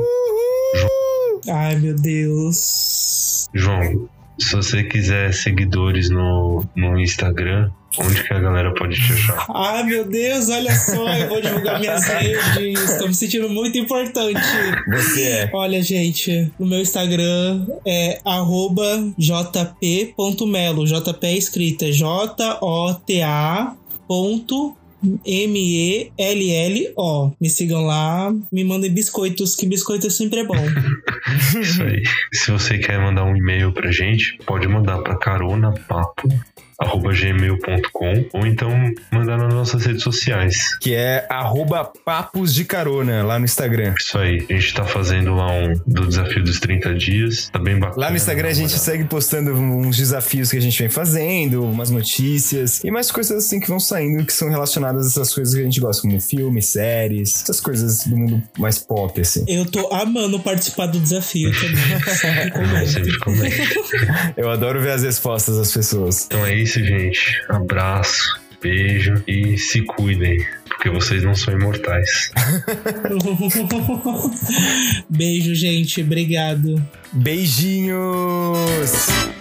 Ai, meu Deus. João, se você quiser seguidores no, no Instagram, onde que a galera pode te achar? Ai, meu Deus, olha só, eu vou divulgar minhas redes. Tô me sentindo muito importante. Você é. Olha, gente, no meu Instagram é arroba jp.melo. J P é escrita J O T A ponto M E L L O. Me sigam lá, me mandem biscoitos, que biscoito sempre é bom. Isso aí. Se você quer mandar um e-mail pra gente, pode mandar pra caronapapo arroba gmail ponto com ou então mandar nas nossas redes sociais. Que é arroba papos de carona lá no Instagram. Isso aí. A gente tá fazendo lá um do desafio dos trinta dias. Tá bem bacana. Lá no Instagram a gente Olha. segue postando uns desafios que a gente vem fazendo, umas notícias e mais coisas assim que vão saindo que são relacionadas a essas coisas que a gente gosta, como filmes, séries, essas coisas do mundo mais pop, assim. Eu tô amando participar do desafio também. Eu sempre comento. Eu adoro ver as respostas das pessoas. Então é isso, gente. Abraço, beijo e se cuidem, porque vocês não são imortais. Beijo, gente. Obrigado. Beijinhos!